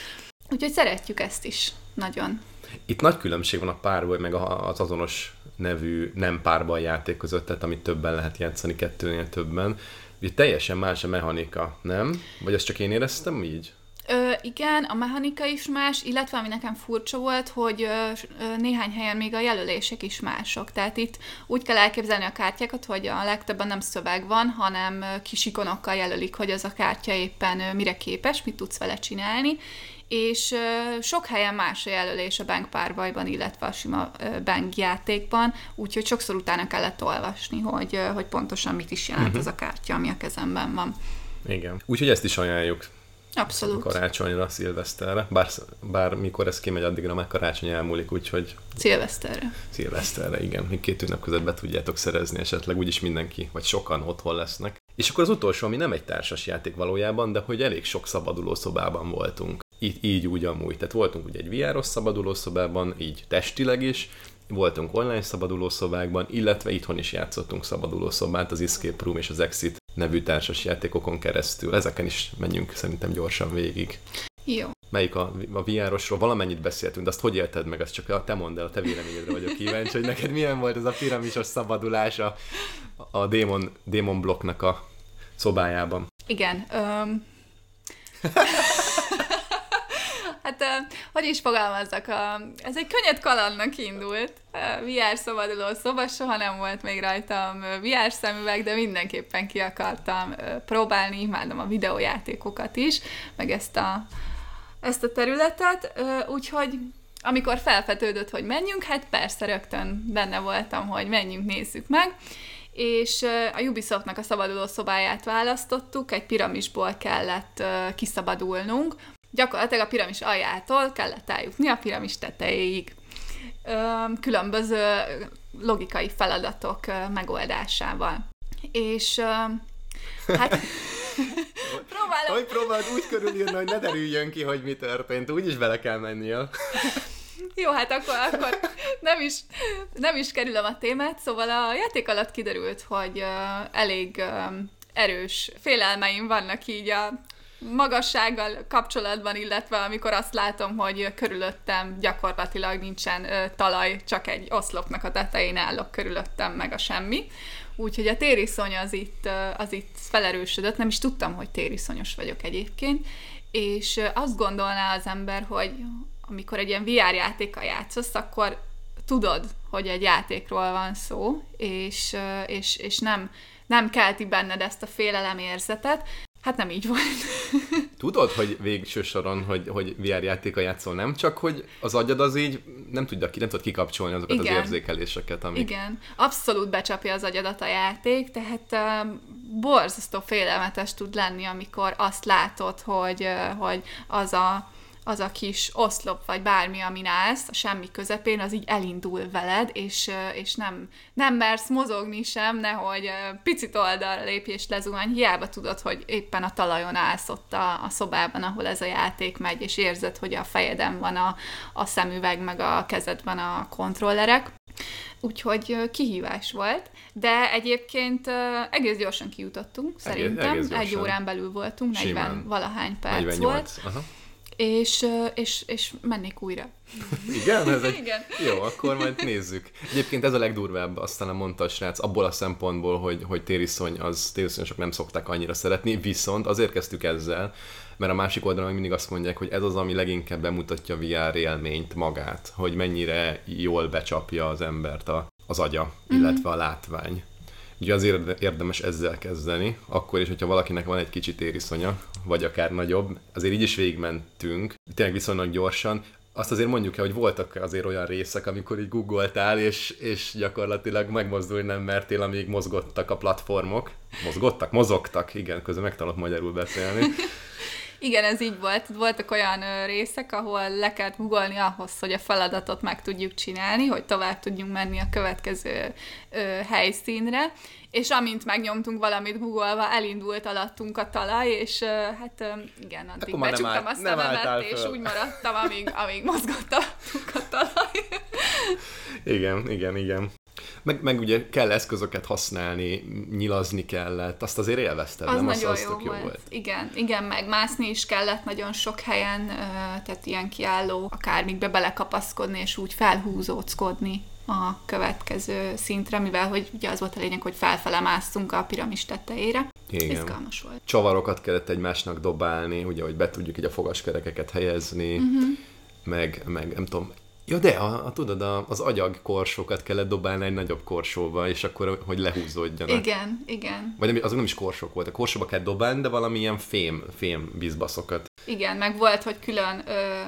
Úgyhogy szeretjük ezt is nagyon. Itt nagy különbség van a párboly meg az azonos nevű nem párban játék között, tehát amit többen lehet játszani, 2-nél többen. Ugye teljesen más a mechanika, nem? Vagy azt csak én éreztem így? Igen, a mechanika is más, illetve ami nekem furcsa volt, hogy néhány helyen még a jelölések is mások. Tehát itt úgy kell elképzelni a kártyákat, hogy a legtöbben nem szöveg van, hanem kis ikonokkal jelölik, hogy az a kártya éppen mire képes, mit tudsz vele csinálni, és sok helyen más a jelölés a Bang párbajban, illetve a sima Bang játékban, úgyhogy sokszor utána kellett olvasni, hogy pontosan mit is jelent az a kártya, ami a kezemben van. Igen. Úgyhogy ezt is ajánljuk. Abszolút. Karácsonyra, szilveszterre. Bár mikor ez kimegy, addigra már karácsony elmúlik, úgyhogy... Szilveszterre, igen. Még 2 ünnep között be tudjátok szerezni esetleg, úgyis mindenki, vagy sokan otthon lesznek. És akkor az utolsó, ami nem egy társas játék valójában, de hogy elég sok szabadulószobában voltunk. Így úgy amúgy. Tehát voltunk ugye egy VR-os szabadulószobában, így testileg is, voltunk online szabadulószobákban, illetve itthon is játszottunk szabadulószobát, az Escape Room és az Exit nevű társas játékokon keresztül. Ezeken is menjünk szerintem gyorsan végig. Jó. Melyik a VR-osról? Valamennyit beszéltünk, de azt hogy élted meg? Azt csak te mondd el, a te véleményedre vagyok kíváncsi, hogy neked milyen volt ez a piramisos szabadulás a Démon blokknak a szobájában. Igen. Hát, hogy is fogalmazzak, ez egy könnyed kalandnak indult. VR szabaduló szoba, soha nem volt még rajtam VR szemüveg, de mindenképpen ki akartam próbálni, imádom a videójátékokat is, meg ezt a területet, úgyhogy amikor felvetődött, hogy menjünk, hát persze rögtön benne voltam, hogy menjünk, nézzük meg, és a Ubisoftnak a szabaduló szobáját választottuk, egy piramisból kellett kiszabadulnunk, gyakorlatilag a piramis aljától kellett eljutni a piramis tetejéig. Különböző logikai feladatok megoldásával. És hát próbálom... Hogy próbáld úgy körülírni, hogy ne derüljön ki, hogy mi történt, úgyis bele kell mennie. Jó, hát akkor nem is kerülöm a témát, szóval a játék alatt kiderült, hogy elég erős félelmeim vannak így a magassággal kapcsolatban, illetve amikor azt látom, hogy körülöttem gyakorlatilag nincsen talaj, csak egy oszlopnak a tetején állok körülöttem, meg a semmi. Úgyhogy a tériszony az itt felerősödött, nem is tudtam, hogy tériszonyos vagyok egyébként, és azt gondolná az ember, hogy amikor egy ilyen VR játékkal játszasz, akkor tudod, hogy egy játékról van szó, és nem kelti benned ezt a félelemérzetet. Hát nem így volt. Tudod, hogy végső soron, hogy VR játékkal játszol, nem csak, hogy az agyad az így nem tud kikapcsolni azokat igen, az érzékeléseket, amik... Igen, abszolút becsapja az agyadat a játék, tehát borzasztó félelmetes tud lenni, amikor azt látod, hogy az a kis oszlop, vagy bármi, amin állsz, a semmi közepén, az így elindul veled, és nem mersz mozogni sem, nehogy picit oldalra lépj és lezuhanj, hiába tudod, hogy éppen a talajon állsz ott a szobában, ahol ez a játék megy, és érzed, hogy a fejeden van a szemüveg, meg a kezedben a kontrollerek. Úgyhogy kihívás volt, de egyébként egész gyorsan kijutottunk, szerintem. Egész gyorsan. 1 órán belül voltunk, 40 valahány perc 48. volt. Aha. És mennék újra. Igen? Igen. Jó, akkor majd nézzük. Egyébként ez a legdurvább, aztán mondta a srác, abból a szempontból, hogy tériszonyosok nem szokták annyira szeretni, viszont azért kezdtük ezzel, mert a másik oldalon még mindig azt mondják, hogy ez az, ami leginkább bemutatja a VR élményt magát, hogy mennyire jól becsapja az embert az agya, illetve a látvány. Ugye azért érdemes ezzel kezdeni, akkor is, hogyha valakinek van egy kicsi tériszonya, vagy akár nagyobb, azért így is végigmentünk, tényleg viszonylag gyorsan. Azt azért mondjuk el, hogy voltak azért olyan részek, amikor így googoltál, és gyakorlatilag megmozdulni nem mertél, amíg mozgottak a platformok. Mozogtak, igen, közben megtanulok magyarul beszélni. Igen, ez így volt. Voltak olyan részek, ahol le kellett googolni ahhoz, hogy a feladatot meg tudjuk csinálni, hogy tovább tudjunk menni a következő helyszínre, és amint megnyomtunk valamit googolva, elindult alattunk a talaj, és hát igen, addig becsuktam a szememet, és úgy maradtam, amíg mozgott alattunk a talaj. Igen. Meg ugye kell eszközöket használni, nyilazni kellett, azt azért élvezted, az nem? Nagyon az jó volt. Igen, meg mászni is kellett nagyon sok helyen, tehát ilyen kiálló akármikbe belekapaszkodni, és úgy felhúzóckodni a következő szintre, mivel hogy ugye az volt a lényeg, hogy felfele másztunk a piramis tetejére. Igen. Izgalmas volt. Csavarokat kellett egymásnak dobálni, ugye, hogy be tudjuk így a fogaskerekeket helyezni, meg nem tudom. Ja, de tudod, az agyag korsókat kellett dobálni egy nagyobb korsóba, és akkor, hogy lehúzódjanak. Igen. Vagy azok nem is korsók voltak. A korsóba kell dobálni, de valamilyen fém vízbaszokat. Igen, meg volt, hogy külön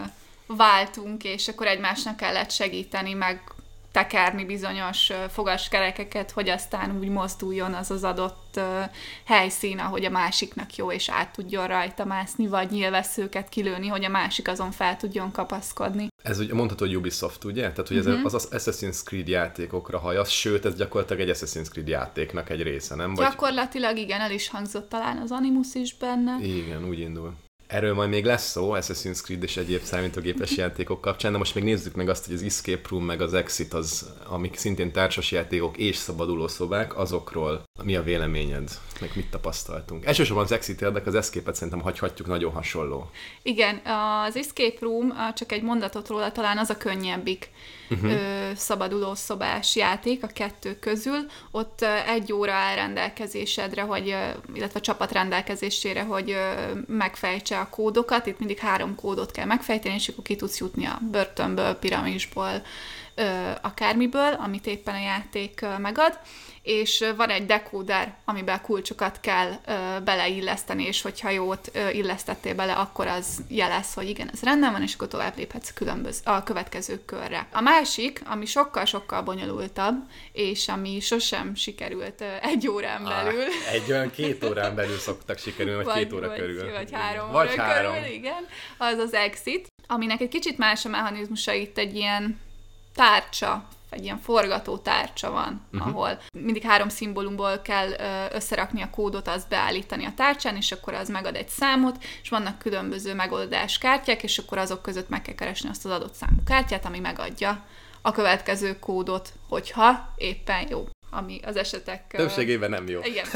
váltunk, és akkor egymásnak kellett segíteni, meg tekerni bizonyos fogaskerekeket, hogy aztán úgy mozduljon az az adott helyszín, ahogy a másiknak jó, és át tudjon rajta mászni, vagy nyilvesszőket kilőni, hogy a másik azon fel tudjon kapaszkodni. Ez ugye mondható, hogy Ubisoft, ugye? Tehát, hogy ez az Assassin's Creed játékokra hajaz, sőt, ez gyakorlatilag egy Assassin's Creed játéknak egy része, nem? Vagy... Gyakorlatilag igen, el is hangzott talán az Animus is benne. Igen, úgy indul. Erről majd még lesz szó, Assassin's Creed és egyéb számítógépes játékok kapcsán, de most még nézzük meg azt, hogy az Escape Room meg az Exit, amik szintén társasjátékok és szabaduló szobák, azokról mi a véleményed? Meg mit tapasztaltunk? Elsősorban az Exit érdek, az Escape-et szerintem hagyhatjuk, nagyon hasonló. Igen, az Escape Room, csak egy mondatot róla, talán az a könnyebbik szabaduló szobás játék a kettő közül. Ott 1 óra áll rendelkezésedre, illetve a csapat rendelkezésére, hogy megfejtse a kódokat. Itt mindig 3 kódot kell megfejteni, és akkor ki tudsz jutni a börtönből, piramisból, akármiből, amit éppen a játék megad, és van egy dekóder, amiben kulcsokat kell beleilleszteni, és hogyha jót illesztettél bele, akkor az jelez, hogy igen, ez rendben van, és akkor tovább léphetsz a következő körre. A másik, ami sokkal-sokkal bonyolultabb, és ami sosem sikerült 1 órán belül. Egy olyan 2 órán belül szoktak sikerülni, vagy 2 óra körül. Vagy 3 óra körül, igen. Az az Exit, aminek egy kicsit más a mechanizmusa, itt egy ilyen tárcsa, egy ilyen forgató tárcsa van, ahol mindig 3 szimbólumból kell összerakni a kódot, azt beállítani a tárcsán, és akkor az megad egy számot, és vannak különböző megoldáskártyák, és akkor azok között meg kell keresni azt az adott számú kártyát, ami megadja a következő kódot, hogyha éppen jó, ami az esetek... Többségében nem jó. Igen.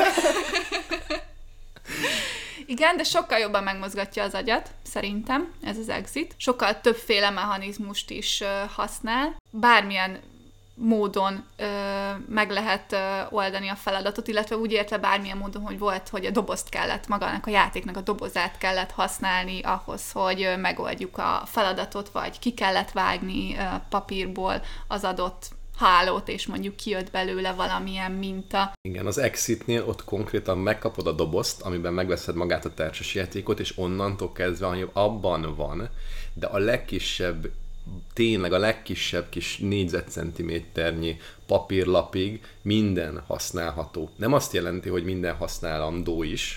Igen, de sokkal jobban megmozgatja az agyat, szerintem, ez az Exit. Sokkal többféle mechanizmust is használ. Bármilyen módon meg lehet oldani a feladatot, illetve úgy érte bármilyen módon, hogy volt, hogy a dobozt kellett, magának a játéknak a dobozát kellett használni ahhoz, hogy megoldjuk a feladatot, vagy ki kellett vágni papírból az adott hálót, és mondjuk kijött belőle valamilyen minta. Igen, az Exitnél ott konkrétan megkapod a dobozt, amiben megveszed magát a társasjátékot, és onnantól kezdve, hogy abban van, de a legkisebb, tényleg a legkisebb kis négyzetcentiméternyi papírlapig minden használható. Nem azt jelenti, hogy minden használandó is,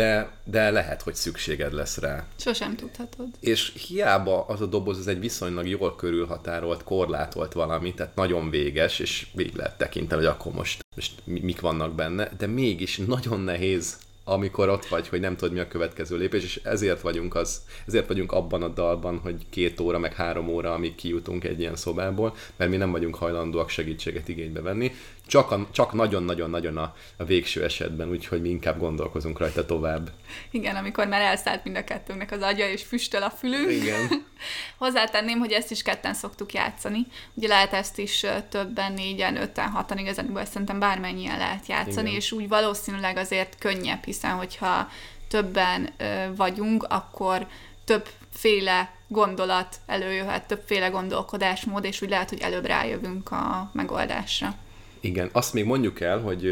de lehet, hogy szükséged lesz rá. Sosem tudhatod. És hiába az a doboz, ez egy viszonylag jól körülhatárolt, korlátolt valami, tehát nagyon véges, és végig lehet tekinteni, hogy akkor most mik vannak benne, de mégis nagyon nehéz, amikor ott vagy, hogy nem tudod, mi a következő lépés, és ezért vagyunk abban a dalban, hogy 2 óra, meg 3 óra, amíg kijutunk egy ilyen szobából, mert mi nem vagyunk hajlandóak segítséget igénybe venni, csak nagyon-nagyon-nagyon a végső esetben, úgyhogy mi inkább gondolkozunk rajta tovább. Igen, amikor már elszállt mind a kettőnknek az agya, és füstöl a fülünk. Igen. Hozzátenném, hogy ezt is ketten szoktuk játszani. Ugye lehet ezt is többen, 4-en, 5-en, 6-an, igazából szerintem bármennyien lehet játszani, igen. És úgy valószínűleg azért könnyebb, hiszen hogyha többen vagyunk, akkor többféle gondolat előjöhet, többféle gondolkodásmód, és úgy lehet, hogy előbb rájövünk a megoldásra. Igen, azt még mondjuk el, hogy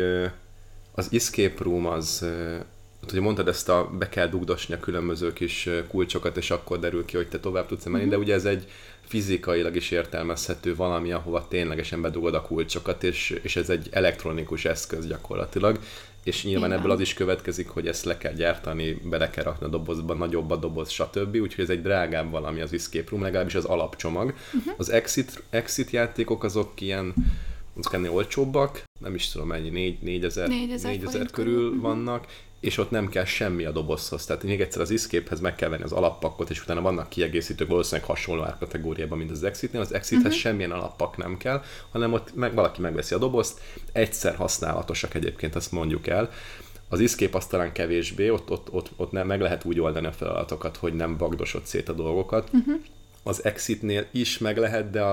az Escape Room az, hogy mondtad ezt be kell dugdosni a különböző kis kulcsokat, és akkor derül ki, hogy te tovább tudsz menni, de ugye ez egy fizikailag is értelmezhető valami, ahova ténylegesen bedugod a kulcsokat, és ez egy elektronikus eszköz gyakorlatilag, és nyilván ebből az is következik, hogy ezt le kell gyártani, bele kell rakni a dobozba, nagyobb a doboz, stb. Úgyhogy ez egy drágább valami az Escape Room, legalábbis az alapcsomag. Az Exit játékok azok ilyen azok ennél olcsóbbak, nem is tudom mennyi, 4000 körül vannak, és ott nem kell semmi a dobozhoz. Tehát még egyszer az Escape-hez meg kell venni az alappakot, és utána vannak kiegészítők valószínűleg hasonló árkategóriában, mint az Exitnél. Az Exithez semmilyen alappak nem kell, hanem ott valaki megveszi a dobozt, egyszer használatosak egyébként, ezt mondjuk el. Az Escape az talán kevésbé, ott nem, meg lehet úgy oldani a feladatokat, hogy nem vagdosod szét a dolgokat. Az Exitnél is meg lehet, de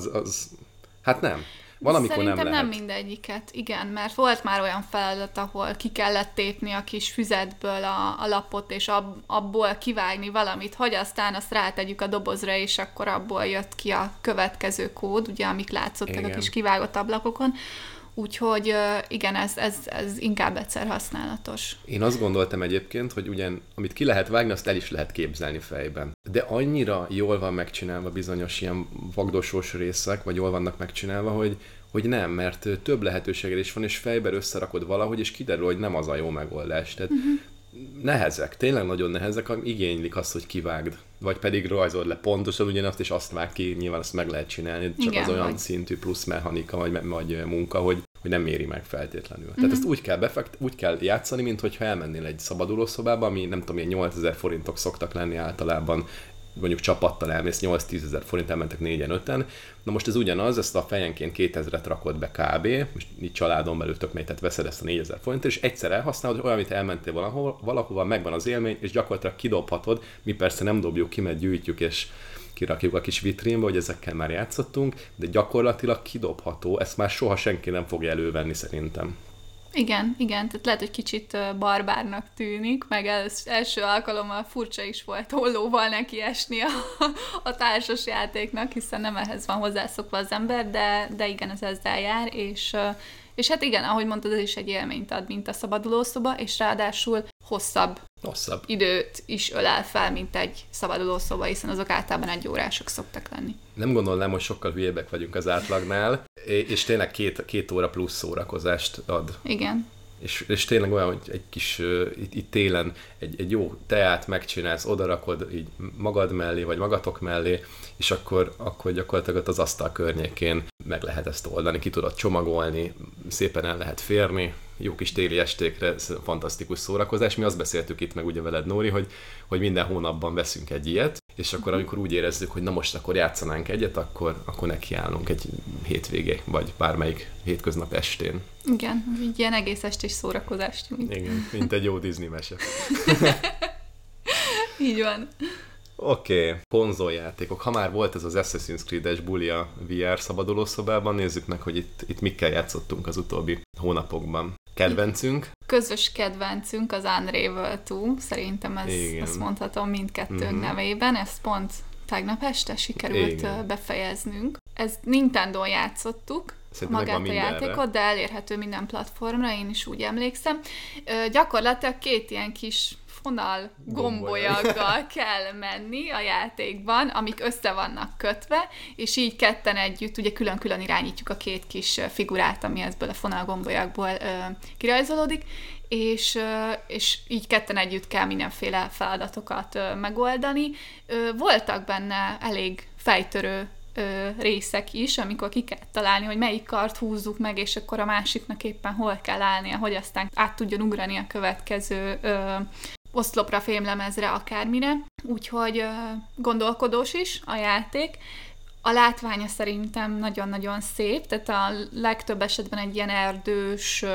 hát nem. Valamikor Szerintem nem lehet. nem mindegyiket, igen, mert volt már olyan feladat, ahol ki kellett tépni a kis füzetből a lapot, és abból kivágni valamit, hogy aztán azt rátegyük a dobozra, és akkor abból jött ki a következő kód, ugye, amik látszottak a kis kivágott ablakokon. Úgyhogy igen, ez inkább egyszer használatos. Én azt gondoltam egyébként, hogy ugyan, amit ki lehet vágni, azt el is lehet képzelni fejben. De annyira jól van megcsinálva bizonyos ilyen vagdosós részek, vagy jól vannak megcsinálva, hogy nem, mert több lehetőséged is van, és fejben összerakod valahogy, és kiderül, hogy nem az a jó megoldás. Tehát nehezek, tényleg nagyon nehezek, igénylik azt, hogy kivágd. Vagy pedig rajzolod le pontosan ugyanazt, és azt vág ki, nyilván azt meg lehet csinálni, csak igen, az olyan szintű plusz mechanika, vagy munka, hogy nem éri meg feltétlenül. Tehát ezt úgy kell játszani, mintha elmennél egy szabadulószobába, ami nem tudom, ilyen 8000 forintok szoktak lenni általában, mondjuk csapattal elmész, 8-10 000 forint, elmentek 4-5-en. Na most ez ugyanaz, ezt a fejenként 2000-et rakod be kb. Most így családon belül tök megy, tehát veszed ezt a 4000 forintot, és egyszer elhasználod, olyan, amit elmentél valahova, megvan az élmény, és gyakorlatilag kidobhatod, mi persze nem dobjuk ki, mert gyűjtjük, és kirakjuk a kis vitrínbe, hogy ezekkel már játszottunk, de gyakorlatilag kidobható, ezt már soha senki nem fogja elővenni szerintem. Igen, tehát lehet, hogy kicsit barbárnak tűnik, meg első alkalommal furcsa is volt hollóval neki esni a társas játéknak, hiszen nem ehhez van hozzászokva az ember, de igen, ez ezzel jár, és hát igen, ahogy mondtad, ez is egy élményt ad, mint a szabadulószoba, és ráadásul hosszabb időt is ölel fel, mint egy szabadulószoba, hiszen azok általában 1 órások szoktak lenni. Nem gondolnám, hogy sokkal hülyébbek vagyunk az átlagnál, és tényleg 2 óra plusz szórakozást ad. Igen. És tényleg olyan, hogy egy kis, itt télen egy jó teát megcsinálsz, odarakod így magad mellé, vagy magatok mellé, és akkor gyakorlatilag az asztal környékén meg lehet ezt oldani, ki tudod csomagolni, szépen el lehet férni, jó kis téli estékre, fantasztikus szórakozás. Mi azt beszéltük itt meg ugye veled, Nóri, hogy minden hónapban veszünk egy ilyet, és akkor amikor úgy érezzük, hogy na most akkor játszanánk egyet, akkor nekiállunk egy hétvégé, vagy bármelyik hétköznap estén. Igen, így ilyen egész estés szórakozást nyújt. Igen, mint egy jó Disney mese. Így van. Oké, konzoljátékok. Ha már volt ez az Assassin's Creed-es buli a VR szabadulószobában, nézzük meg, hogy itt mikkel játszottunk az utóbbi hónapokban. Kedvencünk? Közös kedvencünk az Unravel 2, szerintem ezt mondhatom mindkettőnk nevében, ezt pont tegnap este sikerült befejeznünk. Ezt Nintendon játszottuk, szerintem magát a játékot, de elérhető minden platformra, én is úgy emlékszem. Gyakorlatilag 2 ilyen kis fonal gombolyaggal kell menni a játékban, amik össze vannak kötve, és így ketten együtt, ugye külön-külön irányítjuk a 2 kis figurát, ami ezből a fonal gombolyagból kirajzolódik, és így ketten együtt kell mindenféle feladatokat megoldani. Voltak benne elég fejtörő részek is, amikor ki kell találni, hogy melyik kart húzzuk meg, és akkor a másiknak éppen hol kell állnia, hogy aztán át tudjon ugrani a következő oszlopra, fémlemezre, akármire. Úgyhogy gondolkodós is a játék. A látványa szerintem nagyon-nagyon szép, tehát a legtöbb esetben egy ilyen erdős,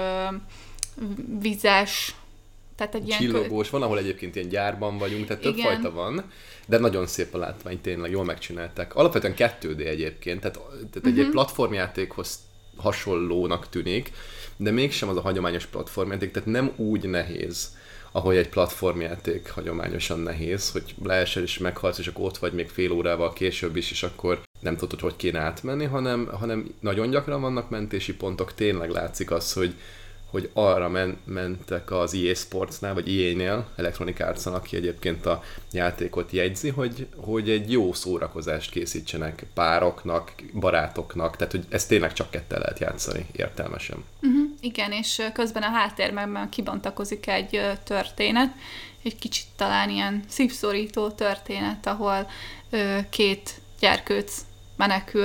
vizes, tehát egy ilyen csillogós, van, ahol egyébként ilyen gyárban vagyunk, tehát több fajta van, de nagyon szép a látvány, tényleg jól megcsinálták. Alapvetően 2D egyébként, tehát egy platformjátékhoz hasonlónak tűnik, de mégsem az a hagyományos platformjáték, tehát nem úgy nehéz, ahogy egy platformjáték hagyományosan nehéz, hogy leesel és meghalsz, és akkor ott vagy még fél órával később is, és akkor nem tudod, hogy kéne átmenni, hanem nagyon gyakran vannak mentési pontok, tényleg látszik az, hogy arra mentek az EA Sportsnál, vagy EA-nél, Electronic Arts-nál, aki egyébként a játékot jegyzi, hogy egy jó szórakozást készítsenek pároknak, barátoknak, tehát hogy ezt tényleg csak 2 lehet játszani értelmesen. Igen, és közben a háttérben kibontakozik egy történet, egy kicsit talán ilyen szívszorító történet, ahol 2 gyerkőc menekül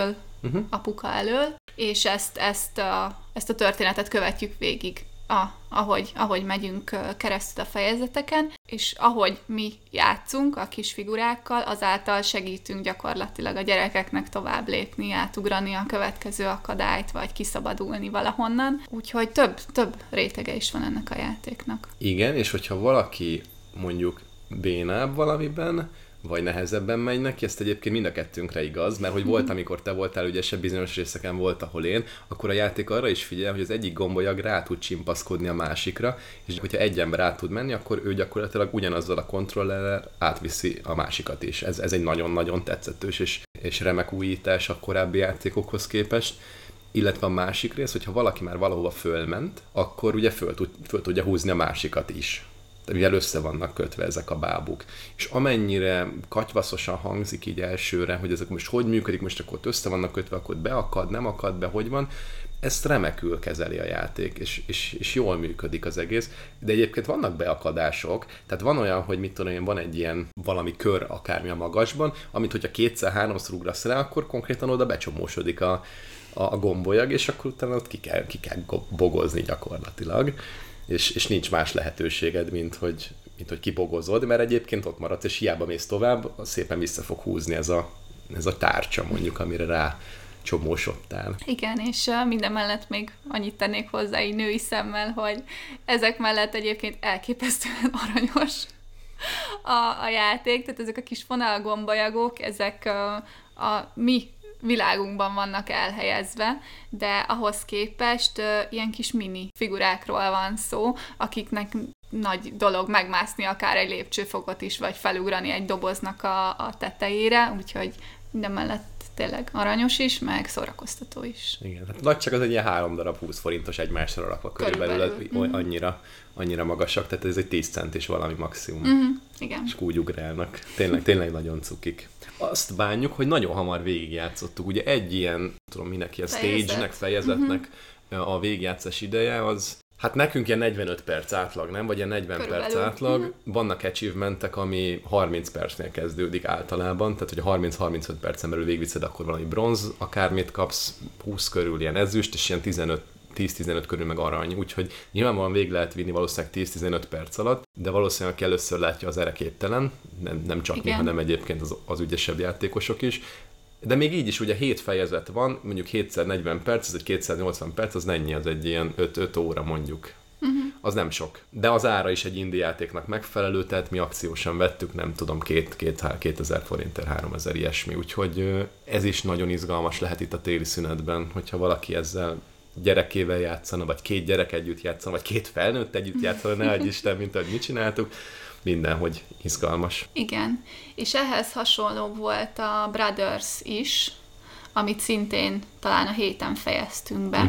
apuka elől, és ezt a történetet követjük végig, ahogy megyünk keresztül a fejezeteken, és ahogy mi játszunk a kis figurákkal, azáltal segítünk gyakorlatilag a gyerekeknek tovább lépni, átugrani a következő akadályt, vagy kiszabadulni valahonnan. Úgyhogy több rétege is van ennek a játéknak. Igen, és hogyha valaki mondjuk bénább valamiben, vagy nehezebben megy neki, ezt egyébként mind a kettőnkre igaz, mert hogy volt, amikor te voltál ügyesebb, bizonyos részeken volt, ahol én, akkor a játék arra is figyel, hogy az egyik gombolyag rá tud csimpaszkodni a másikra, és hogyha egy ember át tud menni, akkor ő gyakorlatilag ugyanazzal a kontrollerrel átviszi a másikat is. Ez egy nagyon-nagyon tetszetős és remek újítás a korábbi játékokhoz képest. Illetve a másik rész, hogyha valaki már valahova fölment, akkor ugye föl tudja húzni a másikat is. Mivel össze vannak kötve ezek a bábuk. És amennyire katyvaszosan hangzik így elsőre, hogy ezek most hogy működik, most akkor ott össze vannak kötve, akkor beakad, nem akad be, hogy van, ezt remekül kezeli a játék, és jól működik az egész. De egyébként vannak beakadások, tehát van olyan, hogy mit tudom én, van egy ilyen valami kör akármi a magasban, amit hogyha kétszer-háromszor ugrasz rá, akkor konkrétan oda becsomósodik a gombolyag, és akkor utána ott ki kell bogozni gyakorlatilag. És nincs más lehetőséged, mint hogy kibogozod, mert egyébként ott maradsz, és hiába mész tovább, szépen vissza fog húzni ez a tárcsa, mondjuk, amire rá csomósodtál. Igen, és minden mellett még annyit tennék hozzá így női szemmel, hogy ezek mellett egyébként elképesztően aranyos a játék, tehát ezek a kis fonalgombolyagok, ezek a mi világunkban vannak elhelyezve, de ahhoz képest ilyen kis mini figurákról van szó, akiknek nagy dolog megmászni akár egy lépcsőfokot is, vagy felugrani egy doboznak a tetejére, úgyhogy minden mellett tényleg aranyos is, meg szórakoztató is. Igen, hát nagy csak az egy ilyen 3 darab 20 forintos egymásra rakva körülbelül annyira magasak, tehát ez egy 10 cent és valami maximum. Igen. És úgy ugrálnak. Tényleg nagyon cukik. Azt bánjuk, hogy nagyon hamar végigjátszottuk. Ugye egy ilyen, tudom minek ilyen stage-nek, fejezetnek a végigjátszás ideje az, hát nekünk ilyen 45 perc átlag, nem? Vagy ilyen 40 körülbelül. Perc átlag. Vannak achievementek, ami 30 percnél kezdődik általában, tehát hogy 30-35 percen belül végigviszed, akkor valami bronz, akármit kapsz, 20 körül ilyen ezüst, és ilyen 10-15 körül meg arany, úgyhogy nyilvánvalóan végig lehet vinni valószínűleg 10-15 perc alatt, de valószínűleg aki először látja, az erre képtelen, nem csak mi, hanem egyébként az ügyesebb játékosok is. De még így is ugye 7 fejezet van, mondjuk 7x40 perc, ez egy 280 perc, az mennyi? Az egy ilyen 5 óra mondjuk. Az nem sok. De az ára is egy indie játéknak megfelelő, tehát mi akciósan vettük, nem tudom, 2000 forintért, 3000 ilyesmi. Úgyhogy ez is nagyon izgalmas lehet itt a téli szünetben, hogyha valaki ezzel gyerekével játszana, vagy 2 gyerek együtt játszana, vagy 2 felnőtt együtt játszana, ne adj Isten, mint ahogy mi csináltuk. Mindenhogy izgalmas. Igen, és ehhez hasonló volt a Brothers is, amit szintén talán a héten fejeztünk be,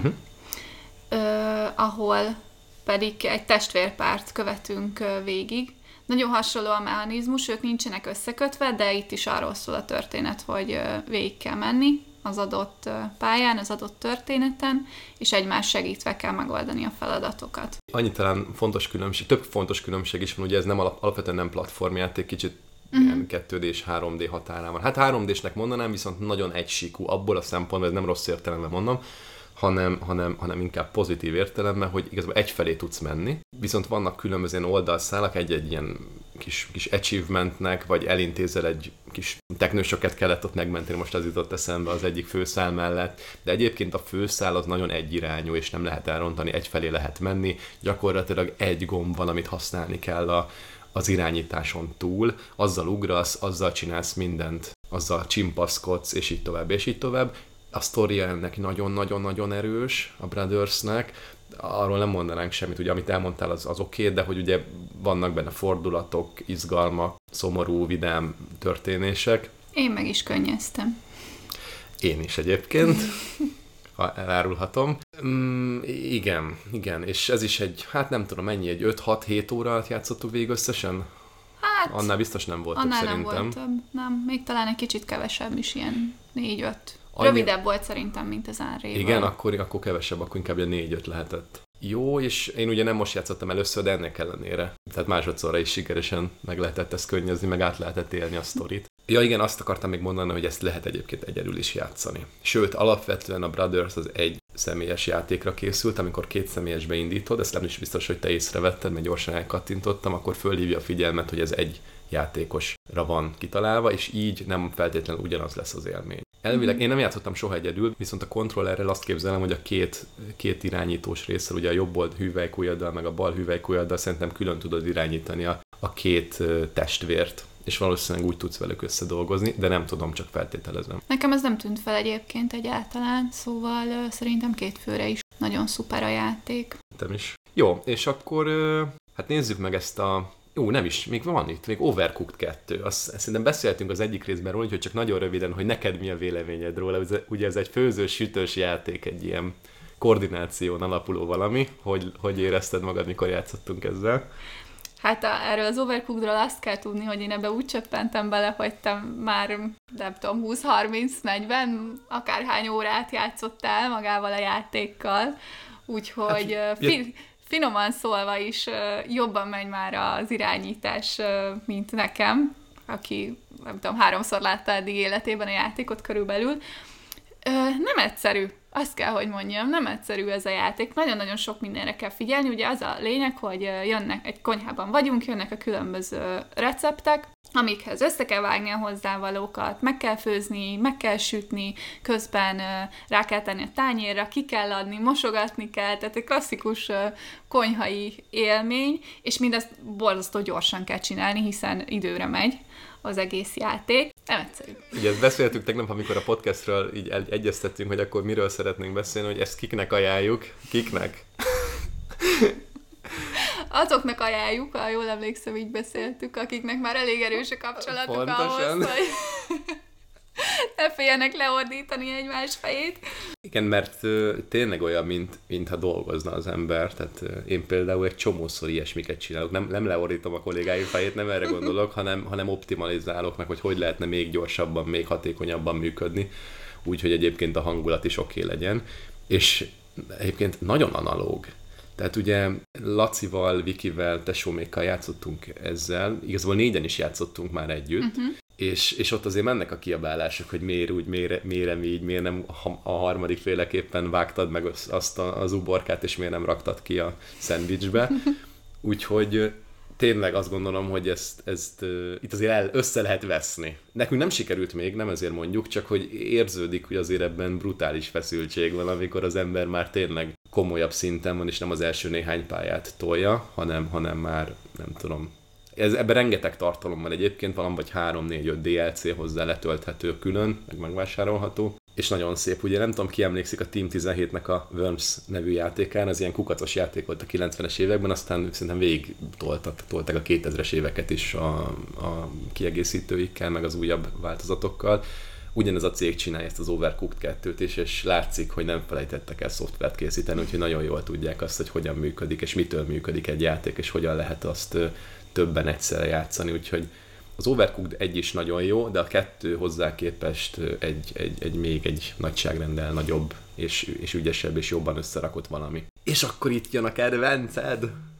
ahol pedig egy testvérpárt követünk végig. Nagyon hasonló a mechanizmus, ők nincsenek összekötve, de itt is arról szól a történet, hogy végig kell menni az adott pályán, az adott történeten, és egymás segítve kell megoldani a feladatokat. Annyi talán fontos különbség, több fontos különbség is van, ugye ez nem alapvetően nem platformjáték, kicsit ilyen 2D és 3D határán van. Hát 3D-snek mondanám, viszont nagyon egysíkú, abból a szempontból, ez nem rossz értelemben mondom, hanem inkább pozitív értelemben, hogy igazából egyfelé tudsz menni, viszont vannak különböző oldalszálak, egy ilyen kis achievementnek, vagy elintézel egy kis teknősöket kellett ott megmenteni, most az jutott eszembe az egyik főszál mellett, de egyébként a főszál az nagyon egyirányú, és nem lehet elrontani, egyfelé lehet menni, gyakorlatilag egy gomb van, amit használni kell az irányításon túl, azzal ugrasz, azzal csinálsz mindent, azzal csimpaszkodsz, és így tovább, és így tovább. A sztoria ennek nagyon-nagyon-nagyon erős, a Brothersnek, arról nem mondanánk semmit, ugye amit elmondtál az oké, de hogy ugye vannak benne fordulatok, izgalmak, szomorú, vidám történések. Én meg is könnyeztem. Én is egyébként, ha elárulhatom. Igen, és ez is hát nem tudom mennyi, egy 5-6-7 óra alatt játszottuk végig összesen? Hát, annál biztos nem volt több szerintem. Annál nem volt több, nem. Még talán egy kicsit kevesebb is, ilyen 4-5. Rövidebb volt szerintem, mint az Unravel. Igen, akkor kevesebb, akkor inkább ilyen 4-5 lehetett. jó, és én ugye nem most játszottam először, de ennek ellenére. Tehát másodszorra is sikeresen meg lehetett ezt könnyezni, meg át lehetett élni a sztorit. Ja igen, azt akartam még mondani, hogy ezt lehet egyébként egyedül is játszani. Sőt, alapvetően a Brothers az egy személyes játékra készült, amikor 2 személyesbe indítod, ezt nem is biztos, hogy te észrevetted, mert gyorsan elkattintottam, akkor fölhívja a figyelmet, hogy ez egy játékosra van kitalálva, és így nem feltétlenül ugyanaz lesz az élmény. Elvileg én nem játszottam soha egyedül, viszont a kontrollerrel azt képzelem, hogy a két irányítós résszel, ugye a jobb old hüvelykujjaddal, meg a bal hüvelykujjaddal szerintem külön tudod irányítani a 2 testvért, és valószínűleg úgy tudsz velük összedolgozni, de nem tudom, csak feltételezem. Nekem ez nem tűnt fel egyébként egyáltalán, szóval szerintem 2 főre is nagyon szuper a játék. Nem is. Jó, és akkor hát nézzük meg ezt a... Jó, nem is, még van itt, még Overcooked 2. Azt szerintem beszéltünk az egyik részben róla, hogy csak nagyon röviden, hogy neked mi a véleményed róla. Ugye ez egy főzős-sütős játék, egy ilyen koordináción alapuló valami. Hogy érezted magad, mikor játszottunk ezzel? Hát erről az Overcookedról azt kell tudni, hogy én ebbe úgy csöppentem bele, hogy te már, nem tudom, 20-30-40, akárhány órát játszottál magával a játékkal. Úgyhogy... Hát, finoman szólva is jobban megy már az irányítás, mint nekem, aki, nem tudom, 3-szor látta eddig életében a játékot körülbelül. Nem egyszerű, azt kell, hogy mondjam, nem egyszerű ez a játék. Nagyon-nagyon sok mindenre kell figyelni. Ugye az a lényeg, hogy jönnek, egy konyhában vagyunk, jönnek a különböző receptek, amikhez össze kell vágni a hozzávalókat, meg kell főzni, meg kell sütni, közben rá kell tenni a tányérra, ki kell adni, mosogatni kell, tehát egy klasszikus konyhai élmény, és mindezt borzasztó gyorsan kell csinálni, hiszen időre megy az egész játék. Nem egyszerű. Ugye ezt beszéltük tegnap, amikor a podcastről így egyeztettünk, hogy akkor miről szeretnénk beszélni, hogy ezt kiknek ajánljuk. Kiknek? Azoknak ajánljuk, ha jól emlékszem, így beszéltük, akiknek már elég erős a kapcsolatuk Pontosan. ahhoz, hogy ne féljenek leordítani egymás fejét. Igen, mert tényleg olyan, mintha dolgozna az ember. Tehát én például egy csomószor ilyesmiket csinálok. Nem leordítom a kollégáim fejét, nem erre gondolok, hanem optimalizálok meg, hogy lehetne még gyorsabban, még hatékonyabban működni, úgyhogy egyébként a hangulat is oké legyen. És egyébként nagyon analóg. Tehát ugye Lacival, Vikivel, tesómékkal játszottunk ezzel, igazából 4-en is játszottunk már együtt, és ott azért mennek a kiabálások, hogy miért úgy, miért így, miért nem a harmadik féleképpen vágtad meg azt az uborkát, és miért nem raktad ki a szendvicsbe. Úgyhogy tényleg azt gondolom, hogy ezt itt azért össze lehet veszni. Nekünk nem sikerült még, nem ezért mondjuk, csak hogy érződik, hogy azért ebben brutális feszültség van, amikor az ember már tényleg komolyabb szinten van, és nem az első néhány pályát tolja, hanem már, nem tudom. Ebben rengeteg tartalom van egyébként, vagy 3-4-5 DLC hozzá letölthető külön, meg megvásárolható. És nagyon szép, ugye nem tudom, ki emlékszik a Team 17-nek a Worms nevű játékán, az ilyen kukacos játék volt a 90-es években, aztán szerintem végig tolták a 2000-es éveket is a kiegészítőikkel, meg az újabb változatokkal. Ugyanez a cég csinálja ezt az Overcooked 2-t is, és látszik, hogy nem felejtettek el szoftvert készíteni, úgyhogy nagyon jól tudják azt, hogy hogyan működik, és mitől működik egy játék, és hogyan lehet azt többen egyszerre játszani, úgyhogy az Overcooked 1 is nagyon jó, de a 2 hozzá képest még egy nagyságrenddel nagyobb, és ügyesebb, és jobban összerakott valami. És akkor itt jön a kedvenced,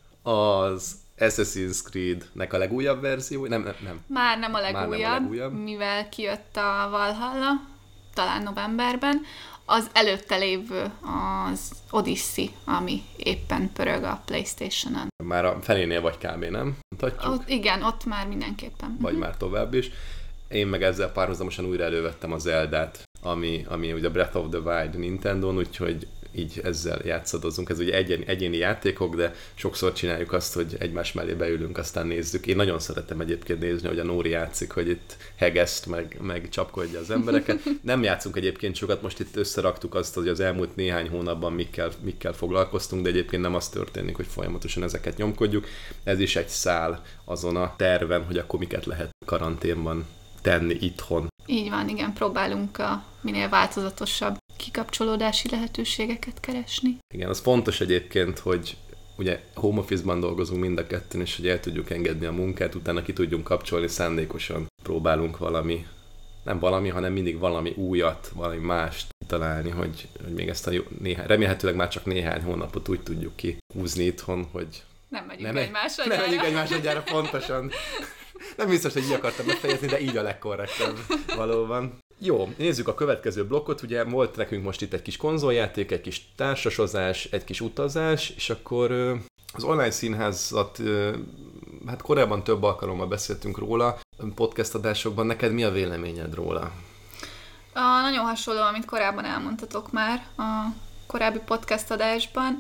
az Assassin's Creed-nek a legújabb verzió? Nem. Már nem a legújabb, mivel kijött a Valhalla, talán novemberben. Az előtte lévő az Odyssey, ami éppen pörög a PlayStation-on. Már a felénél vagy kb. Nem? Igen, ott már mindenképpen. Vagy már tovább is. Én meg ezzel párhuzamosan újra elővettem a Zeldát, ami ugye a Breath of the Wild Nintendon, úgyhogy így ezzel játszadozunk. Ez ugye egyéni játékok, de sokszor csináljuk azt, hogy egymás mellé beülünk, aztán nézzük. Én nagyon szeretem egyébként nézni, hogy a Nóri játszik, hogy itt hegeszt, meg csapkodja az embereket. Nem játszunk egyébként sokat, most itt összeraktuk azt, hogy az elmúlt néhány hónapban mikkel foglalkoztunk, de egyébként nem az történik, hogy folyamatosan ezeket nyomkodjuk. Ez is egy szál azon a terven, hogy akkor miket lehet karanténban tenni itthon. Így van, igen, próbálunk a minél változatosabb kikapcsolódási lehetőségeket keresni. Igen, az fontos egyébként, hogy ugye home office-ban dolgozunk mind a ketten, és hogy el tudjuk engedni a munkát, utána ki tudjunk kapcsolni, szándékosan próbálunk hanem mindig valami újat, valami mást találni, hogy még ezt a remélhetőleg már csak néhány hónapot úgy tudjuk kihúzni itthon, hogy nem megyünk egymás agyára, pontosan. Nem biztos, hogy így akartam befejezni, de így a legkorrektebb valóban. Jó, nézzük a következő blokkot. Ugye volt nekünk most itt egy kis konzoljáték, egy kis társasozás, egy kis utazás, és akkor az online színházat, hát korábban több alkalommal beszéltünk róla, podcast adásokban. Neked mi a véleményed róla? Nagyon hasonló, amit korábban elmondtatok már a korábbi podcast adásban.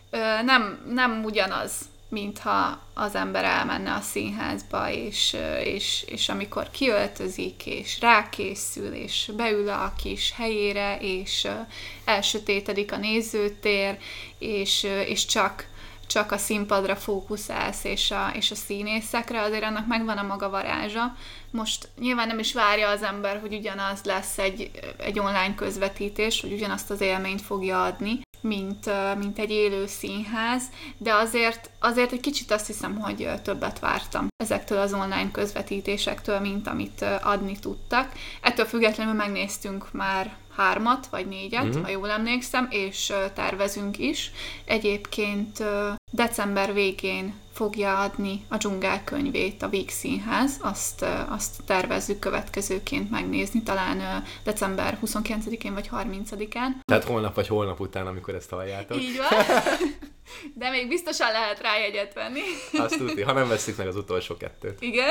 Nem ugyanaz, mintha az ember elmenne a színházba, és amikor kiöltözik, és rákészül, és beül a kis helyére, és elsötétedik a nézőtér, és csak a színpadra fókuszálsz, és a színészekre, azért annak megvan a maga varázsa. Most nyilván nem is várja az ember, hogy ugyanaz lesz egy online közvetítés, hogy ugyanazt az élményt fogja adni, mint egy élő színház, de azért egy kicsit azt hiszem, hogy többet vártam ezektől az online közvetítésektől, mint amit adni tudtak. Ettől függetlenül megnéztünk már 3 vagy 4, ha jól emlékszem, és tervezünk is. Egyébként december végén fogja adni a Dzsungel könyvét a Víg Színház, azt tervezzük következőként megnézni, talán december 29-én vagy 30-án. Tehát holnap vagy holnap után, amikor ezt halljátok. Így van. De még biztosan lehet rá jegyet venni. Azt tudni, ha nem veszik meg az utolsó 2. Igen.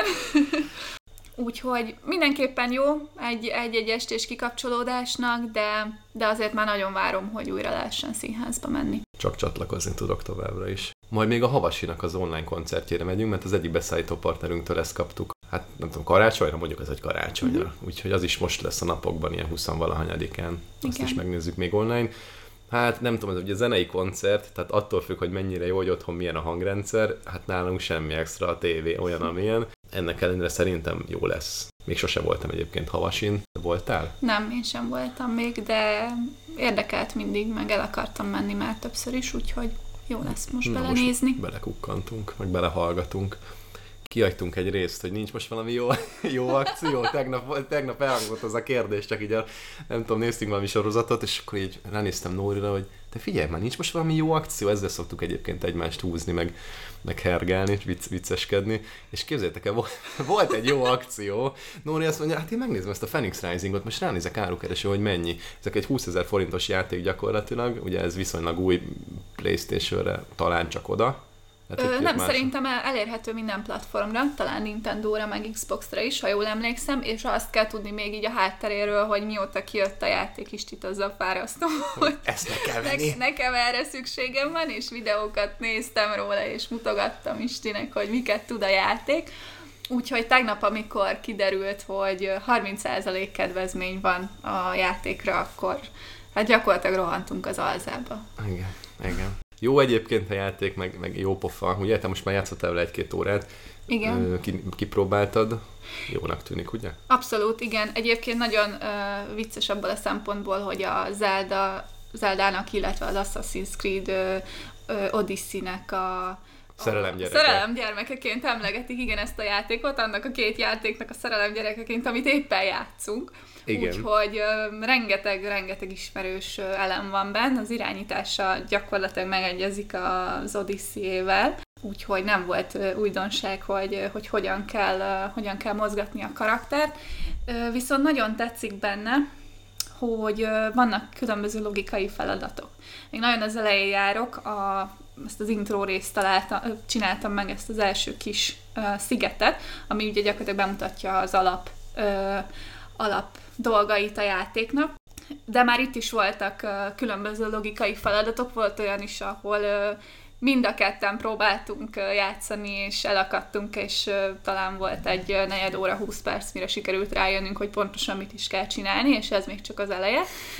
Úgyhogy mindenképpen jó egy estés kikapcsolódásnak, de azért már nagyon várom, hogy újra lehessen színházba menni. Csak csatlakozni tudok továbbra is. Majd még a Havasinak az online koncertjére megyünk, mert az egyik beszállító partnerünktől ezt kaptuk. Hát nem tudom, karácsonyra, mondjuk ez egy karácsonyra. Úgyhogy az is most lesz a napokban, ilyen 20-valahanyadikán. Azt is megnézzük még online. Hát nem tudom, ez ugye zenei koncert, tehát attól függ, hogy mennyire jó, hogy otthon milyen a hangrendszer, hát nálunk semmi extra, a tévé olyan, amilyen. Ennek ellenére szerintem jó lesz. Még sose voltam egyébként Havasin. Voltál? Nem, én sem voltam még, de érdekelt mindig, meg el akartam menni már többször is, úgyhogy jó lesz most belenézni. Most belekukkantunk, meg belehallgatunk. Kihagytunk egy részt, hogy nincs most valami jó akció. Tegnap elhangzott az a kérdés, csak így nem tudom, néztünk valami sorozatot, és akkor így ránéztem Nórira, hogy te figyelj már, nincs most valami jó akció, ezzel szoktuk egyébként egymást húzni, meg hergálni, vicceskedni, és képzeljétek el, volt egy jó akció. Nóri azt mondja, hát én megnézem ezt a Phoenix Risingot, most ránézek árukereső, hogy mennyi. Ezek egy 20 000 forintos játék gyakorlatilag, ugye ez viszonylag új PlayStation-re, talán csak oda. Nem, szerintem elérhető minden platformra, talán Nintendo-ra, meg Xbox-ra is, ha jól emlékszem, és azt kell tudni még így a hátteréről, hogy mióta kijött a játék, is azzal fárasztom, hogy ezt meg kell venni. Nekem erre szükségem van, és videókat néztem róla, és mutogattam Istinek, hogy miket tud a játék. Úgyhogy tegnap, amikor kiderült, hogy 30% kedvezmény van a játékra, akkor hát gyakorlatilag rohantunk az alzába. Igen. Jó egyébként a játék, meg jó pofa. Ugye, te most már játszottál vele 1-2 órát. Igen. Kipróbáltad. Jónak tűnik, ugye? Abszolút, igen. Egyébként nagyon vicces abból a szempontból, hogy a Zeldának, illetve az Assassin's Creed Odyssey-nek a szerelemgyermekeként emlegetik, igen, ezt a játékot, annak a 2 játéknak a szerelemgyerekeként, amit éppen játszunk. Úgyhogy rengeteg ismerős elem van benne, az irányítása gyakorlatilag megegyezik az Odyssey-ével, úgyhogy nem volt újdonság, hogy hogyan kell mozgatni a karaktert. Viszont nagyon tetszik benne, hogy vannak különböző logikai feladatok. Még nagyon az elején járok, ezt az intro részt csináltam meg, ezt az első kis szigetet, ami ugye gyakorlatilag bemutatja az alap dolgait a játéknak. De már itt is voltak különböző logikai feladatok, volt olyan is, ahol mind a ketten próbáltunk játszani, és elakadtunk, és talán volt egy 4 óra 20 perc, mire sikerült rájönnünk, hogy pontosan mit is kell csinálni, és ez még csak az eleje.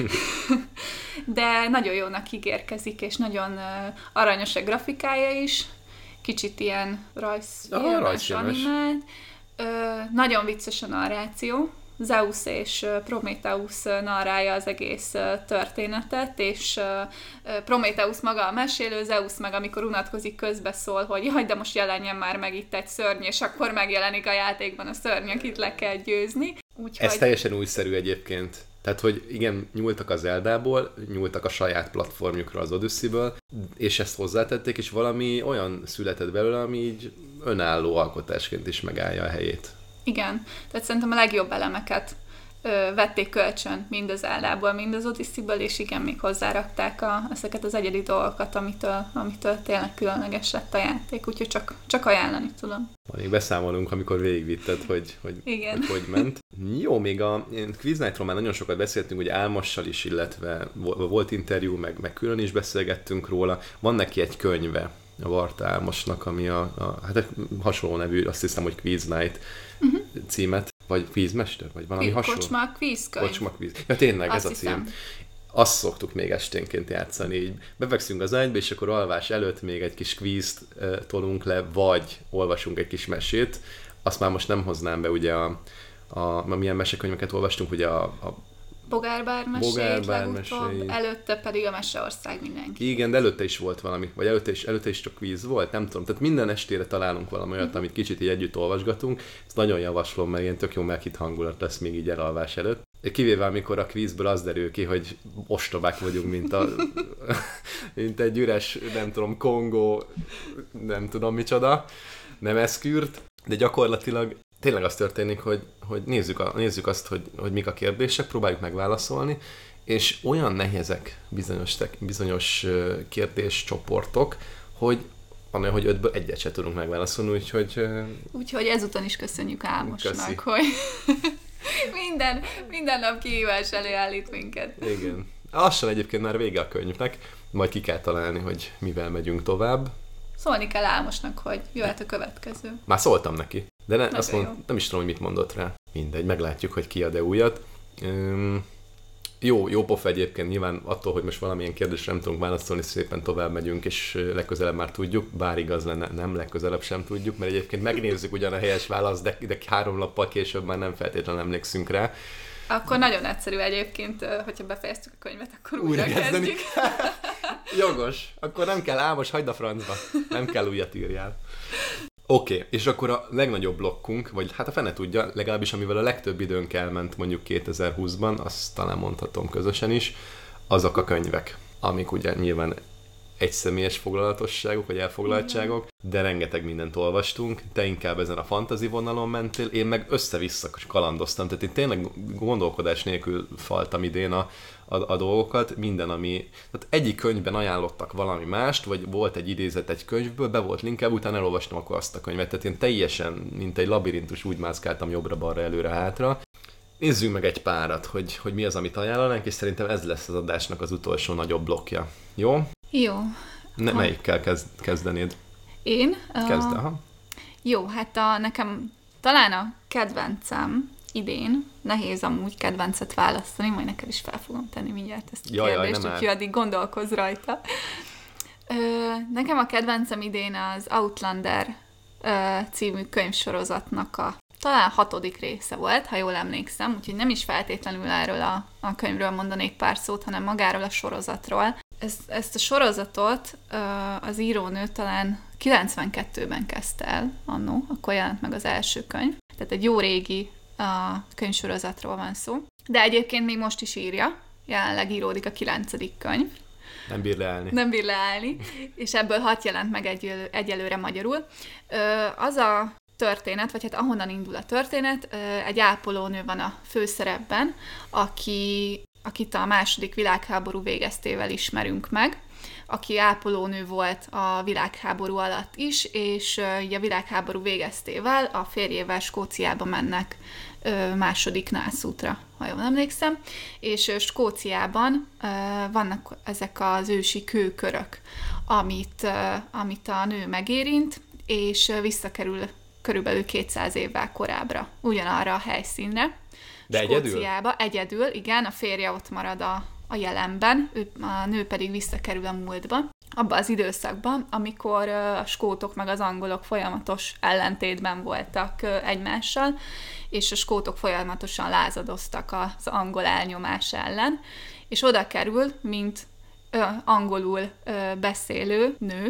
De nagyon jónak ígérkezik, és nagyon aranyos a grafikája is, kicsit ilyen rajzfilmes, animált. Nagyon vicces a narráció. Zeus és Prométheusz narrálja az egész történetet, és Prométheusz maga a mesélő, Zeus meg amikor unatkozik közbeszól, hogy jaj, de most jelenjen már meg itt egy szörny, és akkor megjelenik a játékban a szörny, akit le kell győzni. Ez teljesen újszerű egyébként. Tehát, hogy igen, nyúltak az Zeldából, nyúltak a saját platformjukra az Odyssey-ből, és ezt hozzátették, és valami olyan született belőle, ami így önálló alkotásként is megállja a helyét. Igen, tehát szerintem a legjobb elemeket vették kölcsön mind az Zeldából, mind az Odyssey-ből, és igen, még hozzárakták ezeket az egyedi dolgokat, amitől tényleg különleges lett a játék, úgyhogy csak ajánlani tudom. Még beszámolunk, amikor végigvitted, hogy ment. Jó, még a Quiz Night-ról már nagyon sokat beszéltünk, hogy Álmossal is, illetve volt interjú, meg külön is beszélgettünk róla. Van neki egy könyve, a Varta Álmosnak, ami hát hasonló nevű, azt hiszem, hogy Quiz Night címet, vagy Quizmester, vagy valami hasonló. Kocsma Quiz könyv. Kocsma Quiz. Ja tényleg, azt ez a hiszem. cím. Azt szoktuk még esténként játszani, így befekszünk az ágyba, és akkor alvás előtt még egy kis quizt tolunk le, vagy olvasunk egy kis mesét. Azt már most nem hoznám be, ugye milyen mesekönyveket olvastunk, ugye a Bogárbár mesét legutóbb, előtte pedig a Meseország mindenki. Igen, de előtte is volt valami, vagy előtte is csak quiz volt, nem tudom. Tehát minden estére találunk valami olyat, amit kicsit így együtt olvasgatunk. Ezt nagyon javaslom, mert ilyen tök jó meghitt hangulat lesz még így elalvás előtt. Kivéve, amikor a quizből az derül ki, hogy ostobák vagyunk, mint egy üres, nem tudom, Kongó, nem tudom micsoda, nem eszkürt, de gyakorlatilag tényleg az történik, hogy nézzük azt, hogy mik a kérdések, próbáljuk megválaszolni, és olyan nehézek bizonyos kérdéscsoportok, hogy van olyan, hogy 5-ből egyet se tudunk megválaszolni, úgyhogy ezúton is köszönjük Álmosnak, hogy minden nap kihívás elé állít minket. Igen. Lassan egyébként már vége a könyvnek, majd ki kell találni, hogy mivel megyünk tovább. Szólni kell Álmosnak, hogy jöhet a következő. Már szóltam neki, de nem is tudom, hogy mit mondott rá. Mindegy, meglátjuk, hogy kiad-e újat. Jó pofa egyébként, nyilván attól, hogy most valamilyen kérdésre nem tudunk válaszolni, szépen tovább megyünk, és legközelebb már tudjuk, bár igaz lenne, nem legközelebb sem tudjuk, mert egyébként megnézzük ugyan a helyes választ, de 3 nappal később már nem feltétlenül emlékszünk rá. Akkor nagyon egyszerű egyébként, hogyha befejeztük a könyvet, akkor újra kezdjük. Jogos, akkor nem kell Álmos, hagyd a francba, nem kell újat írjál. Oké, és akkor a legnagyobb blokkunk, vagy hát a fene tudja, legalábbis amivel a legtöbb időnk elment mondjuk 2020-ban, azt talán mondhatom közösen is, azok a könyvek, amik ugye nyilván egyszemélyes foglalatosságok, vagy elfoglaltságok, de rengeteg mindent olvastunk, te inkább ezen a fantasy vonalon mentél, én meg össze-vissza kalandoztam, tehát én tényleg gondolkodás nélkül faltam idén a dolgokat, minden, ami... Tehát egyik könyvben ajánlottak valami mást, vagy volt egy idézet egy könyvből, be volt linkelve, utána elolvastam akkor azt a könyvet, tehát én teljesen, mint egy labirintus úgy mászkáltam jobbra-balra, előre-hátra. Nézzünk meg egy párat, hogy mi az, amit ajánlanánk, és szerintem ez lesz az adásnak az utolsó nagyobb blokkja. Jó? Jó. Melyikkel kezdenéd? Én? Kezd, aha. Jó, hát nekem talán a kedvencem idén, nehéz amúgy kedvencet választani, majd neked is fel fogom tenni mindjárt ezt a kérdést, úgyhogy addig gondolkozz rajta. Nekem a kedvencem idén az Outlander című könyvsorozatnak talán 6. része volt, ha jól emlékszem, úgyhogy nem is feltétlenül erről a könyvről mondanék pár szót, hanem magáról a sorozatról. Ezt a sorozatot az írónő talán 92-ben kezdte el annó, akkor jelent meg az első könyv. Tehát egy jó régi könyvsorozatról van szó. De egyébként még most is írja, jelenleg íródik a 9. könyv. Nem bír leállni, és ebből 6 jelent meg egyelőre magyarul. Az a történet, vagy hát ahonnan indul a történet, egy ápolónő van a főszerepben, akit a II. Világháború végeztével ismerünk meg, aki ápolónő volt a világháború alatt is, és a világháború végeztével a férjével Skóciába mennek második nászútra, ha jól emlékszem, és Skóciában vannak ezek az ősi kőkörök, amit a nő megérint, és visszakerül körülbelül 200 évvel korábbra, ugyanarra a helyszínre. De Skóciába, egyedül, igen, a férje ott marad a jelenben, a nő pedig visszakerül a múltba, abba az időszakban, amikor a skótok meg az angolok folyamatos ellentétben voltak egymással, és a skótok folyamatosan lázadoztak az angol elnyomás ellen, és oda kerül, mint angolul beszélő nő,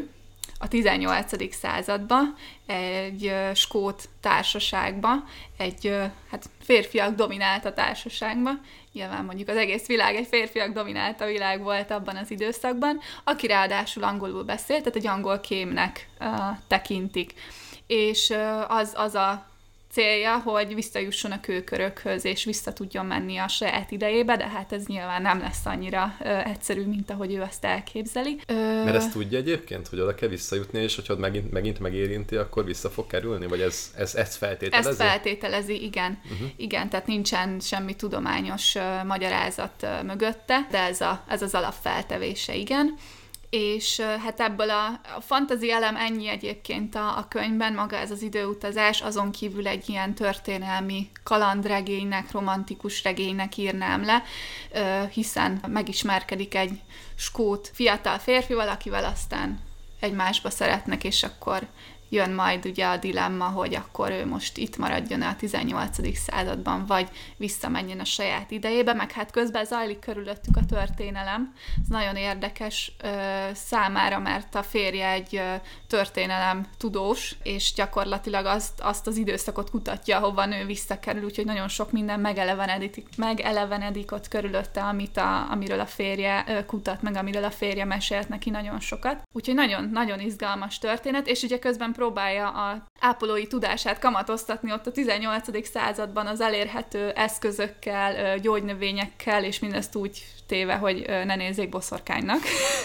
a 18. századba, egy skót társaságba, egy férfiak dominált a társaságba, nyilván mondjuk az egész világ egy férfiak dominált a világ volt abban az időszakban, aki ráadásul angolul beszélt, tehát egy angol kémnek tekintik. És az a célja, hogy visszajusson a kőkörökhöz, és vissza tudjon menni a saját idejébe, de hát ez nyilván nem lesz annyira egyszerű, mint ahogy ő azt elképzeli. Mert ezt tudja egyébként, hogy oda kell visszajutni, és hogyha megint megérinti, akkor vissza fog kerülni? Vagy ez feltételezi? Ezt feltételezi, igen. Igen, tehát nincsen semmi tudományos magyarázat mögötte, de ez az alapfeltevése, igen. És hát ebből a fantasy elem ennyi egyébként a könyvben, maga ez az időutazás, azon kívül egy ilyen történelmi kalandregénynek, romantikus regénynek írnám le, hiszen megismerkedik egy skót fiatal férfival, akivel aztán egymásba szeretnek, és akkor jön majd ugye a dilemma, hogy akkor ő most itt maradjon a 18. században, vagy visszamenjen a saját idejébe, meg hát közben zajlik körülöttük a történelem. Ez nagyon érdekes számára, mert a férje egy történelem tudós, és gyakorlatilag azt az időszakot kutatja, ahova nő visszakerül, úgyhogy nagyon sok minden megelevenedik ott körülötte, amiről a férje kutat, meg amiről a férje mesélt neki nagyon sokat. Úgyhogy nagyon-nagyon izgalmas történet, és ugye közben próbálja a ápolói tudását kamatoztatni ott a 18. században az elérhető eszközökkel, gyógynövényekkel, és mindezt úgy téve, hogy ne nézzék boszorkánynak.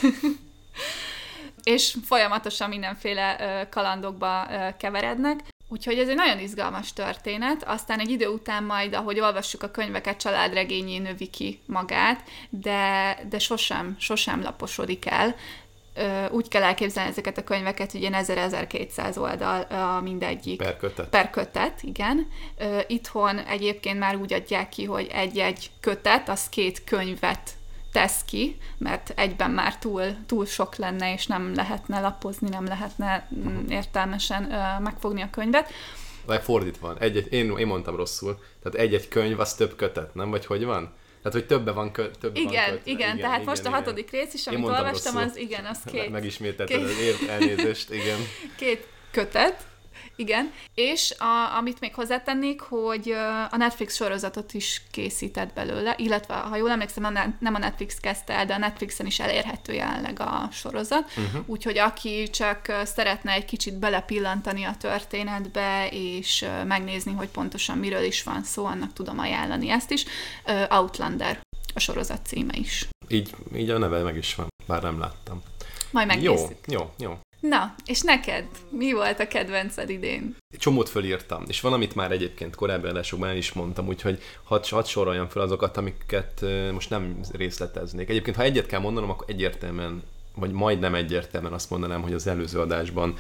És folyamatosan mindenféle kalandokba keverednek. Úgyhogy ez egy nagyon izgalmas történet, aztán egy idő után majd, ahogy olvassuk a könyveket, családregényé növi ki magát, de sosem laposodik el. Úgy kell elképzelni ezeket a könyveket, hogy ilyen 1000-1200 oldal mindegyik. Per kötet, igen. Itthon egyébként már úgy adják ki, hogy egy-egy kötet, az 2 könyvet tesz ki, mert egyben már túl sok lenne, és nem lehetne lapozni, nem lehetne értelmesen megfogni a könyvet. Vagy fordítva, én mondtam rosszul, tehát egy-egy könyv, az több kötet, nem? Vagy hogy van? Tehát, hogy többen van kötet. Igen, tehát most a 6. rész is, amit olvastam, rosszul. Az 2. Megismételted az elnézést, igen. 2 kötet, igen. És amit még hozzátennék, hogy a Netflix sorozatot is készített belőle, illetve, ha jól emlékszem, nem a Netflix kezdte el, de a Netflixen is elérhető jelenleg a sorozat. Úgyhogy aki csak szeretne egy kicsit belepillantani a történetbe, és megnézni, hogy pontosan miről is van szó, annak tudom ajánlani ezt is. Outlander a sorozat címe is. Így a neve meg is van, bár nem láttam. Majd megnézzük. Jó. Na, és neked? Mi volt a kedvenced idén? Csomót fölírtam, és valamit már egyébként korábbi adásokban el is mondtam, úgyhogy hadd soroljam fel azokat, amiket most nem részleteznék. Egyébként, ha egyet kell mondanom, akkor egyértelműen, vagy majdnem egyértelműen azt mondanám, hogy az előző adásban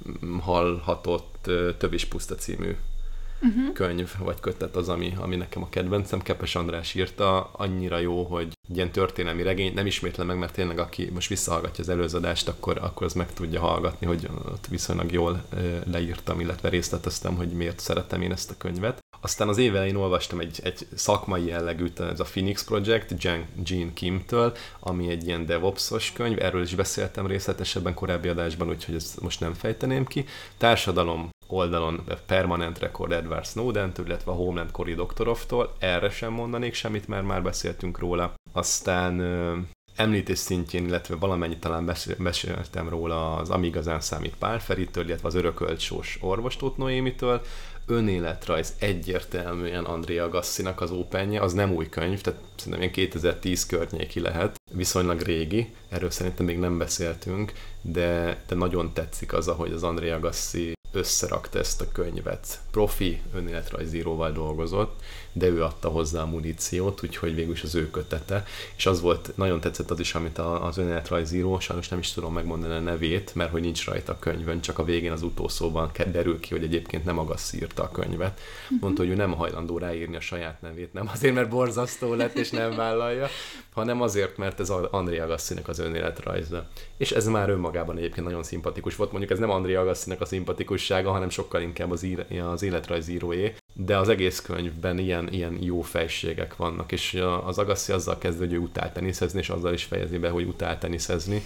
hallhatott Több is puszta című könyv, vagy kötet az, ami nekem a kedvencem. Kepes András írta, annyira jó, hogy ilyen történelmi regény, nem ismétlem meg, mert tényleg aki most visszahallgatja az előző adást, akkor az meg tudja hallgatni, hogy ott viszonylag jól leírtam, illetve részleteztem, hogy miért szeretem én ezt a könyvet. Aztán az év elején olvastam egy szakmai jellegűt, ez a Phoenix Project, Gene Kimtől, ami egy ilyen DevOps-os könyv, erről is beszéltem részletesebben korábbi adásban, úgyhogy ezt most nem fejteném ki. Társadalom oldalon Permanent Record Edward Snowden-től, illetve a Homeland Cory Doktoroftól, erre sem mondanék semmit, mert már beszéltünk róla. Aztán említés szintjén, illetve valamennyit talán beszéltem róla az Ami igazán számít Pál Feritől, illetve az Örökölt sós orvos Tóth Noémitől. Önéletrajz egyértelműen Andrea Agassi-nak az openje, az nem új könyv, tehát szerintem ilyen 2010 környéki lehet, viszonylag régi, erről szerintem még nem beszéltünk, de nagyon tetszik az, ahogy az Andrea Agassi összerakta ezt a könyvet. Profi önéletrajzíróval dolgozott, de ő adta hozzá a muníciót, úgyhogy végül is az ő kötete. És az volt, nagyon tetszett az is, amit az önéletrajzíró, sajnos nem is tudom megmondani a nevét, mert hogy nincs rajta a könyvön, csak a végén az utószóban derül ki, hogy egyébként nem Agassi írta a könyvet. Mondta, hogy ő nem hajlandó ráírni a saját nevét, nem azért, mert borzasztó lett és nem vállalja, hanem azért, mert ez Andrea Agassinak az önéletrajza. És ez már önmagában egyébként nagyon szimpatikus volt. Mondjuk ez nem Andrea Agassinak a szimpatikussága, hanem sokkal inkább az életrajzíróé. De az egész könyvben ilyen jó fejségek vannak, és az Agassi azzal kezd, hogy ő utál teniszezni, és azzal is fejezi be, hogy utál teniszezni.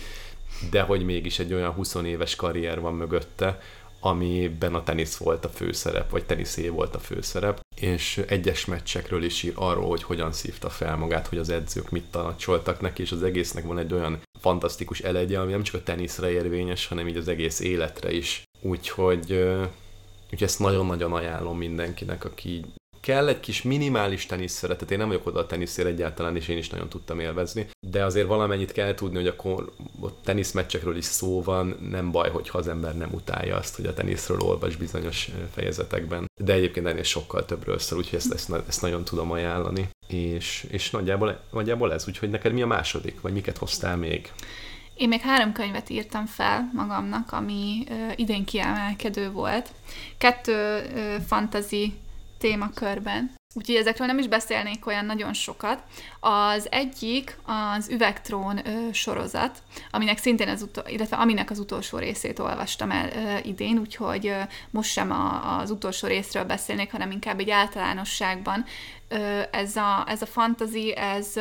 de hogy mégis egy olyan 20 éves karrier van mögötte, amiben a tenisz volt a főszerep, vagy teniszé volt a főszerep, és egyes meccsekről is ír arról, hogy hogyan szívta fel magát, hogy az edzők mit tanácsoltak neki, és az egésznek van egy olyan fantasztikus elegye, ami nem csak a teniszre érvényes, hanem így az egész életre is. Úgyhogy ezt nagyon-nagyon ajánlom mindenkinek, aki kell egy kis minimális tenisz szeretet. Én nem vagyok oda a teniszért egyáltalán, és én is nagyon tudtam élvezni. De azért valamennyit kell tudni, hogy akkor a teniszmeccsekről is szó van, nem baj, hogyha az ember nem utálja azt, hogy a teniszről olvas bizonyos fejezetekben. De egyébként ennél sokkal többről szól, úgyhogy ezt nagyon tudom ajánlani. És nagyjából ez, úgyhogy neked mi a második, vagy miket hoztál még? Én még 3 könyvet írtam fel magamnak, ami idén kiemelkedő volt. 2 fantasy témakörben. Úgyhogy ezekről nem is beszélnék olyan nagyon sokat. Az egyik az Üvegtrón sorozat, aminek az utolsó részét olvastam el idén, úgyhogy most sem az utolsó részről beszélnék, hanem inkább egy általánosságban. Ez a fantasy,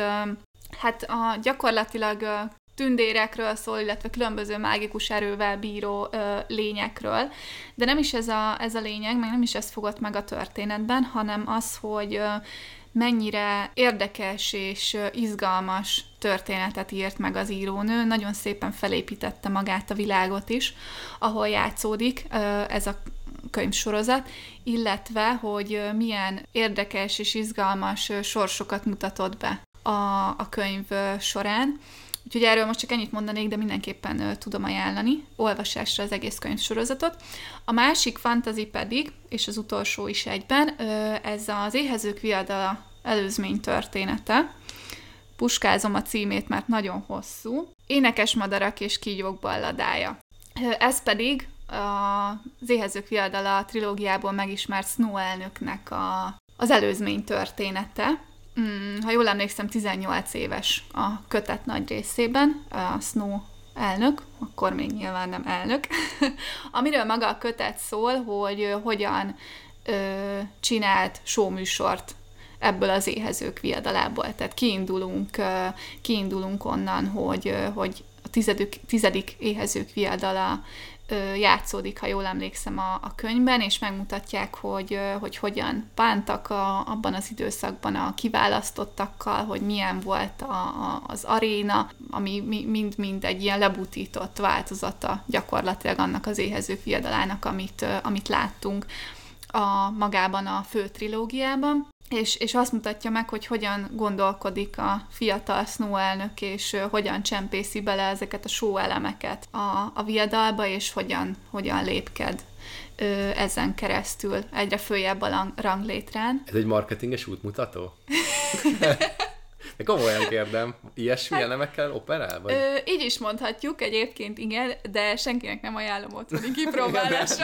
gyakorlatilag tündérekről szól, illetve különböző mágikus erővel bíró lényekről. De nem is ez a lényeg, meg nem is ez fogott meg a történetben, hanem az, hogy mennyire érdekes és izgalmas történetet írt meg az írónő. Nagyon szépen felépítette magát a világot is, ahol játszódik ez a könyvsorozat, illetve, hogy milyen érdekes és izgalmas sorsokat mutatott be a könyv során. Úgyhogy erről most csak ennyit mondanék, de mindenképpen tudom ajánlani olvasásra az egész könyvsorozatot. A másik fantasy pedig, és az utolsó is egyben, ez az Éhezők viadala előzmény története. Puskázom a címét, mert nagyon hosszú. Énekes madarak és kígyók balladája. Ez pedig az Éhezők viadala trilógiából megismert Snow elnöknek az előzmény története. Ha jól emlékszem, 18 éves a kötet nagy részében, a Snow elnök, akkor még nyilván nem elnök, amiről maga a kötet szól, hogy hogyan csinált showműsort ebből az Éhezők viadalából. Tehát kiindulunk onnan, hogy a 10. Éhezők viadala játszódik, ha jól emlékszem a könyvben, és megmutatják, hogy hogyan bántak abban az időszakban a kiválasztottakkal, hogy milyen volt az aréna, ami mind egy ilyen lebutított változata gyakorlatilag annak az Éhezők viadalának, amit láttunk magában a fő trilógiában. És azt mutatja meg, hogy hogyan gondolkodik a fiatal Snow elnök, és hogyan csempészi bele ezeket a show elemeket a viadalba, és hogyan lépked ezen keresztül egyre följebb a ranglétrán. Ez egy marketinges útmutató? De komolyan kérdem, ilyesmi elemekkel operál? Vagy? Így is mondhatjuk, egyébként igen, de senkinek nem ajánlom otthoni kipróbálásra.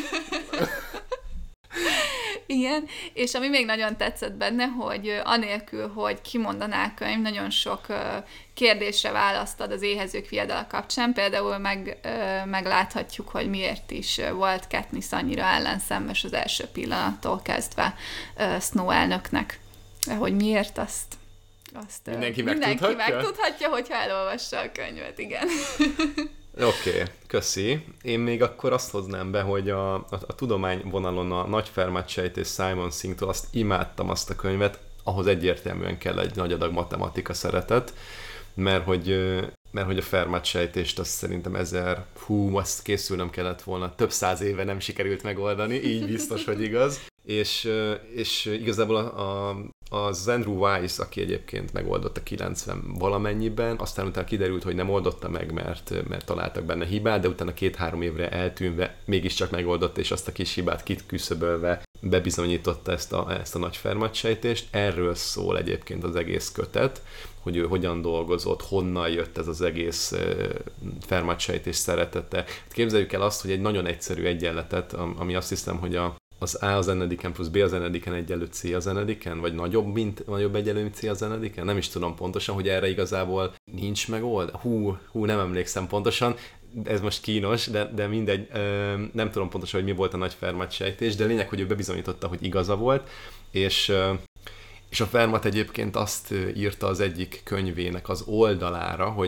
Igen, és ami még nagyon tetszett benne, hogy anélkül, hogy kimondaná a könyv, nagyon sok kérdésre választad az Éhezők viadala kapcsán. Például megláthatjuk, hogy miért is volt Katniss annyira ellenszenves az első pillanattól kezdve Snow elnöknek. Hogy miért, azt mindenki megtudhatja, hogyha elolvassa a könyvet, igen. Oké, köszi. Én még akkor azt hoznám be, hogy a tudományvonalon a Nagy Fermat-sejt és Simon Singh-től azt imádtam azt a könyvet, ahhoz egyértelműen kell egy nagy adag matematika szeretet, mert hogy a Fermat-sejtést azt szerintem azt készülnem kellett volna, több 100 éve nem sikerült megoldani, így biztos, hogy igaz. És igazából az Andrew Weiss, aki egyébként megoldotta 90 valamennyiben, aztán utána kiderült, hogy nem oldotta meg, mert találtak benne hibát, de utána 2-3 évre eltűnve mégiscsak megoldotta, és azt a kis hibát kiküszöbölve bebizonyította ezt a nagy Fermat-sejtést. Erről szól egyébként az egész kötet, hogy ő hogyan dolgozott, honnan jött ez az egész Fermat-sejtés szeretete. Képzeljük el azt, hogy egy nagyon egyszerű egyenletet, ami azt hiszem, hogy az A az n-ediken plusz B az n-ediken egyenlő C az n-ediken, vagy nagyobb egyenlő, mint C az n-ediken? Nem is tudom pontosan, hogy erre igazából nincs megoldás. Nem emlékszem pontosan, ez most kínos, de mindegy, nem tudom pontosan, hogy mi volt a nagy Fermat-sejtés, de lényeg, hogy ő bebizonyította, hogy igaza volt, és a Fermat egyébként azt írta az egyik könyvének az oldalára, hogy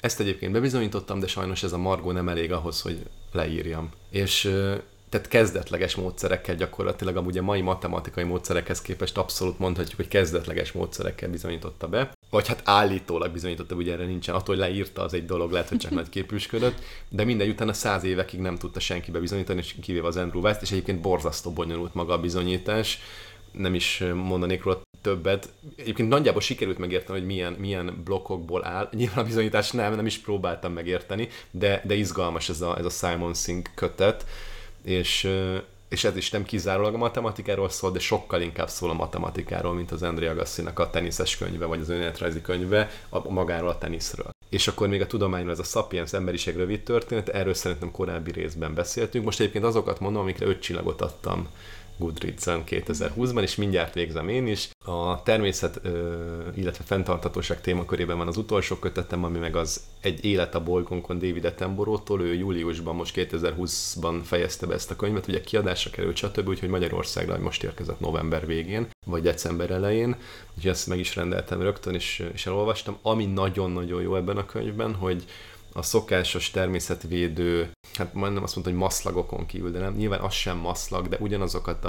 Ezt egyébként bebizonyítottam, de sajnos ez a margó nem elég ahhoz, hogy leírjam. És tehát kezdetleges módszerekkel gyakorlatilag, amúgy a mai matematikai módszerekhez képest abszolút mondhatjuk, hogy kezdetleges módszerekkel bizonyította be. Vagy hát állítólag bizonyította, ugye erre nincsen. Attól, hogy leírta, az egy dolog, lehet, hogy csak nagy képűsködött, de mindegy, utána 100 évekig nem tudta senki bebizonyítani, és kivéve az Andrew Weiss-t, és egyébként borzasztó bonyolult maga a bizonyítás. Nem is mondanék róla többet. Egyébként nagyjából sikerült megérteni, hogy milyen blokkokból áll. Nyilván a bizonyítás nem is próbáltam megérteni, de izgalmas ez a Simon Singh kötet, és ez is nem kizárólag a matematikáról szól, de sokkal inkább szól a matematikáról, mint az Andre Agassinak a teniszes könyve, vagy az önéletrajzi könyve magáról a teniszről. És akkor még a tudományról ez a Sapiens emberiség rövid történet, erről szerintem korábbi részben beszéltünk. Most egyébként azokat mondom, amikre 5 csillagot adtam Goodreads-en 2020-ban, és mindjárt végzem én is. A természet, illetve fenntarthatóság témakörében van az utolsó kötetem, ami meg az Egy élet a bolygónkon David Attenborough-tól. Ő júliusban, most 2020-ban fejezte be ezt a könyvet, ugye kiadásra került, stb., úgyhogy Magyarországra most érkezett november végén, vagy december elején, úgyhogy ezt meg is rendeltem rögtön, és elolvastam. Ami nagyon-nagyon jó ebben a könyvben, hogy a szokásos természetvédő, hát majdnem azt mondta, hogy maszlagokon kívül, de nem, nyilván az sem maszlag, de ugyanazokat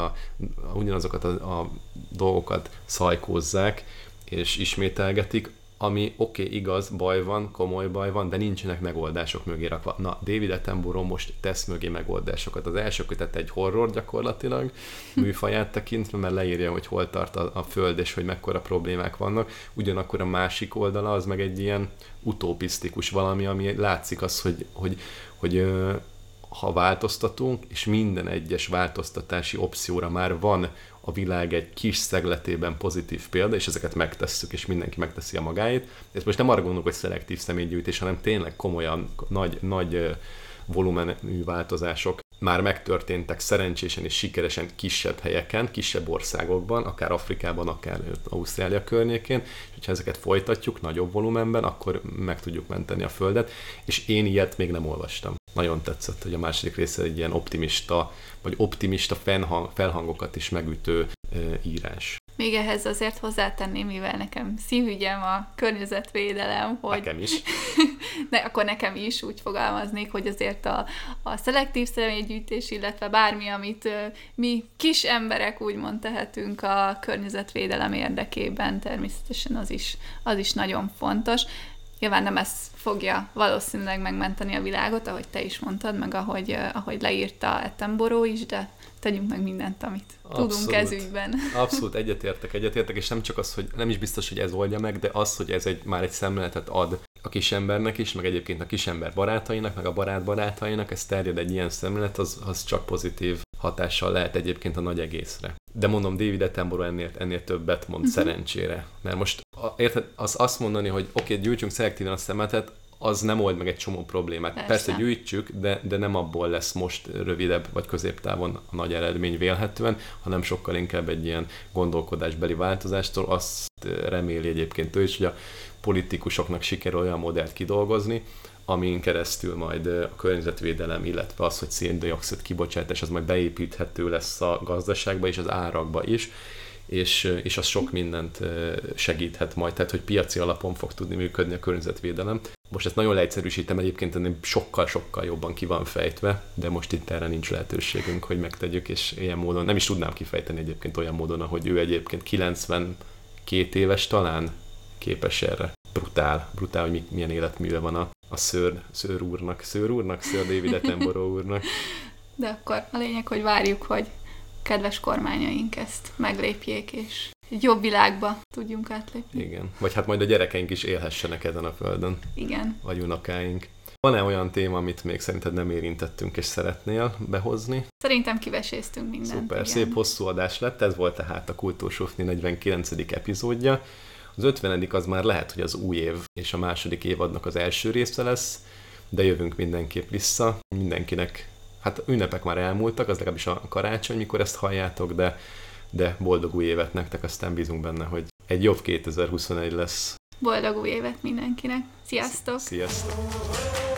a dolgokat szajkózzák és ismételgetik, ami igaz, baj van, komoly baj van, de nincsenek megoldások mögé rakva. Na, David Attenborough most tesz mögé megoldásokat. Az első kötet egy horror gyakorlatilag, műfaját tekintve, mert leírja, hogy hol tart a Föld, és hogy mekkora problémák vannak. Ugyanakkor a másik oldala az meg egy ilyen utopisztikus valami, ami látszik az, hogy ha változtatunk, és minden egyes változtatási opcióra már van a világ egy kis szegletében pozitív példa, és ezeket megtesszük, és mindenki megteszi a magáét. Ezt most nem arra gondolok, hogy szelektív személygyűjtés, hanem tényleg komolyan, nagy volumenű változások már megtörténtek szerencsésen és sikeresen kisebb helyeken, kisebb országokban, akár Afrikában, akár Ausztrália környékén, és hogyha ezeket folytatjuk nagyobb volumenben, akkor meg tudjuk menteni a Földet, és én ilyet még nem olvastam. Nagyon tetszett, hogy a második része egy ilyen optimista felhangokat is megütő írás. Még ehhez azért hozzátenném, mivel nekem szívügyem a környezetvédelem, hogy... Nekem is. Akkor nekem is úgy fogalmaznék, hogy azért a szelektív személygyűjtés, illetve bármi, amit mi kis emberek úgymond tehetünk a környezetvédelem érdekében, természetesen az is nagyon fontos. Nyilván nem ez fogja valószínűleg megmenteni a világot, ahogy te is mondtad, meg ahogy leírta Attenborough is, de tegyünk meg mindent, amit tudunk ez ügyben. Abszolút egyetértek, és nem csak az, hogy nem is biztos, hogy ez oldja meg, de az, hogy ez már egy szemléletet ad a kisembernek is, meg egyébként a kisember barátainak, meg a barát barátainak, ez terjed egy ilyen szemlélet, az csak pozitív hatással lehet egyébként a nagy egészre. De mondom, David Attenborough ennél többet mond szerencsére. Mert most érted, azt mondani, hogy gyűjtsünk szelektíven a szemetet, az nem old meg egy csomó problémát. Persze gyűjtsük, de nem abból lesz most rövidebb vagy középtávon a nagy eredmény vélhetően, hanem sokkal inkább egy ilyen gondolkodásbeli változástól. Azt reméli egyébként ő is, hogy a politikusoknak sikerül olyan modellt kidolgozni, amin keresztül majd a környezetvédelem, illetve az, hogy szén-dioxid kibocsátás, az majd beépíthető lesz a gazdaságba és az árakba is, és az sok mindent segíthet majd, tehát hogy piaci alapon fog tudni működni a környezetvédelem. Most ezt nagyon leegyszerűsítem, egyébként ennél sokkal-sokkal jobban ki van fejtve, de most itt erre nincs lehetőségünk, hogy megtegyük, és ilyen módon, nem is tudnám kifejteni egyébként olyan módon, ahogy ő egyébként 92 éves talán képes erre. Brutál, hogy milyen életműve van a Sir David Attenborough úrnak. De akkor a lényeg, hogy várjuk, hogy kedves kormányaink ezt meglépjék, és egy jobb világba tudjunk átlépni. Igen. Vagy hát majd a gyerekeink is élhessenek ezen a földön. Igen. Vagy unokáink. Van-e olyan téma, amit még szerinted nem érintettünk, és szeretnél behozni? Szerintem kiveséztünk mindent. Szuper, igen. Szép hosszú adás lett, ez volt tehát a Kultúrsufni 49. epizódja. Az 50. az már lehet, hogy az új év és a második évadnak az első része lesz, de jövünk mindenképp vissza. Mindenkinek, hát ünnepek már elmúltak, az legalábbis a karácsony, mikor ezt halljátok, de boldog új évet nektek, aztán bízunk benne, hogy egy jobb 2021 lesz. Boldog új évet mindenkinek. Sziasztok! Sziasztok!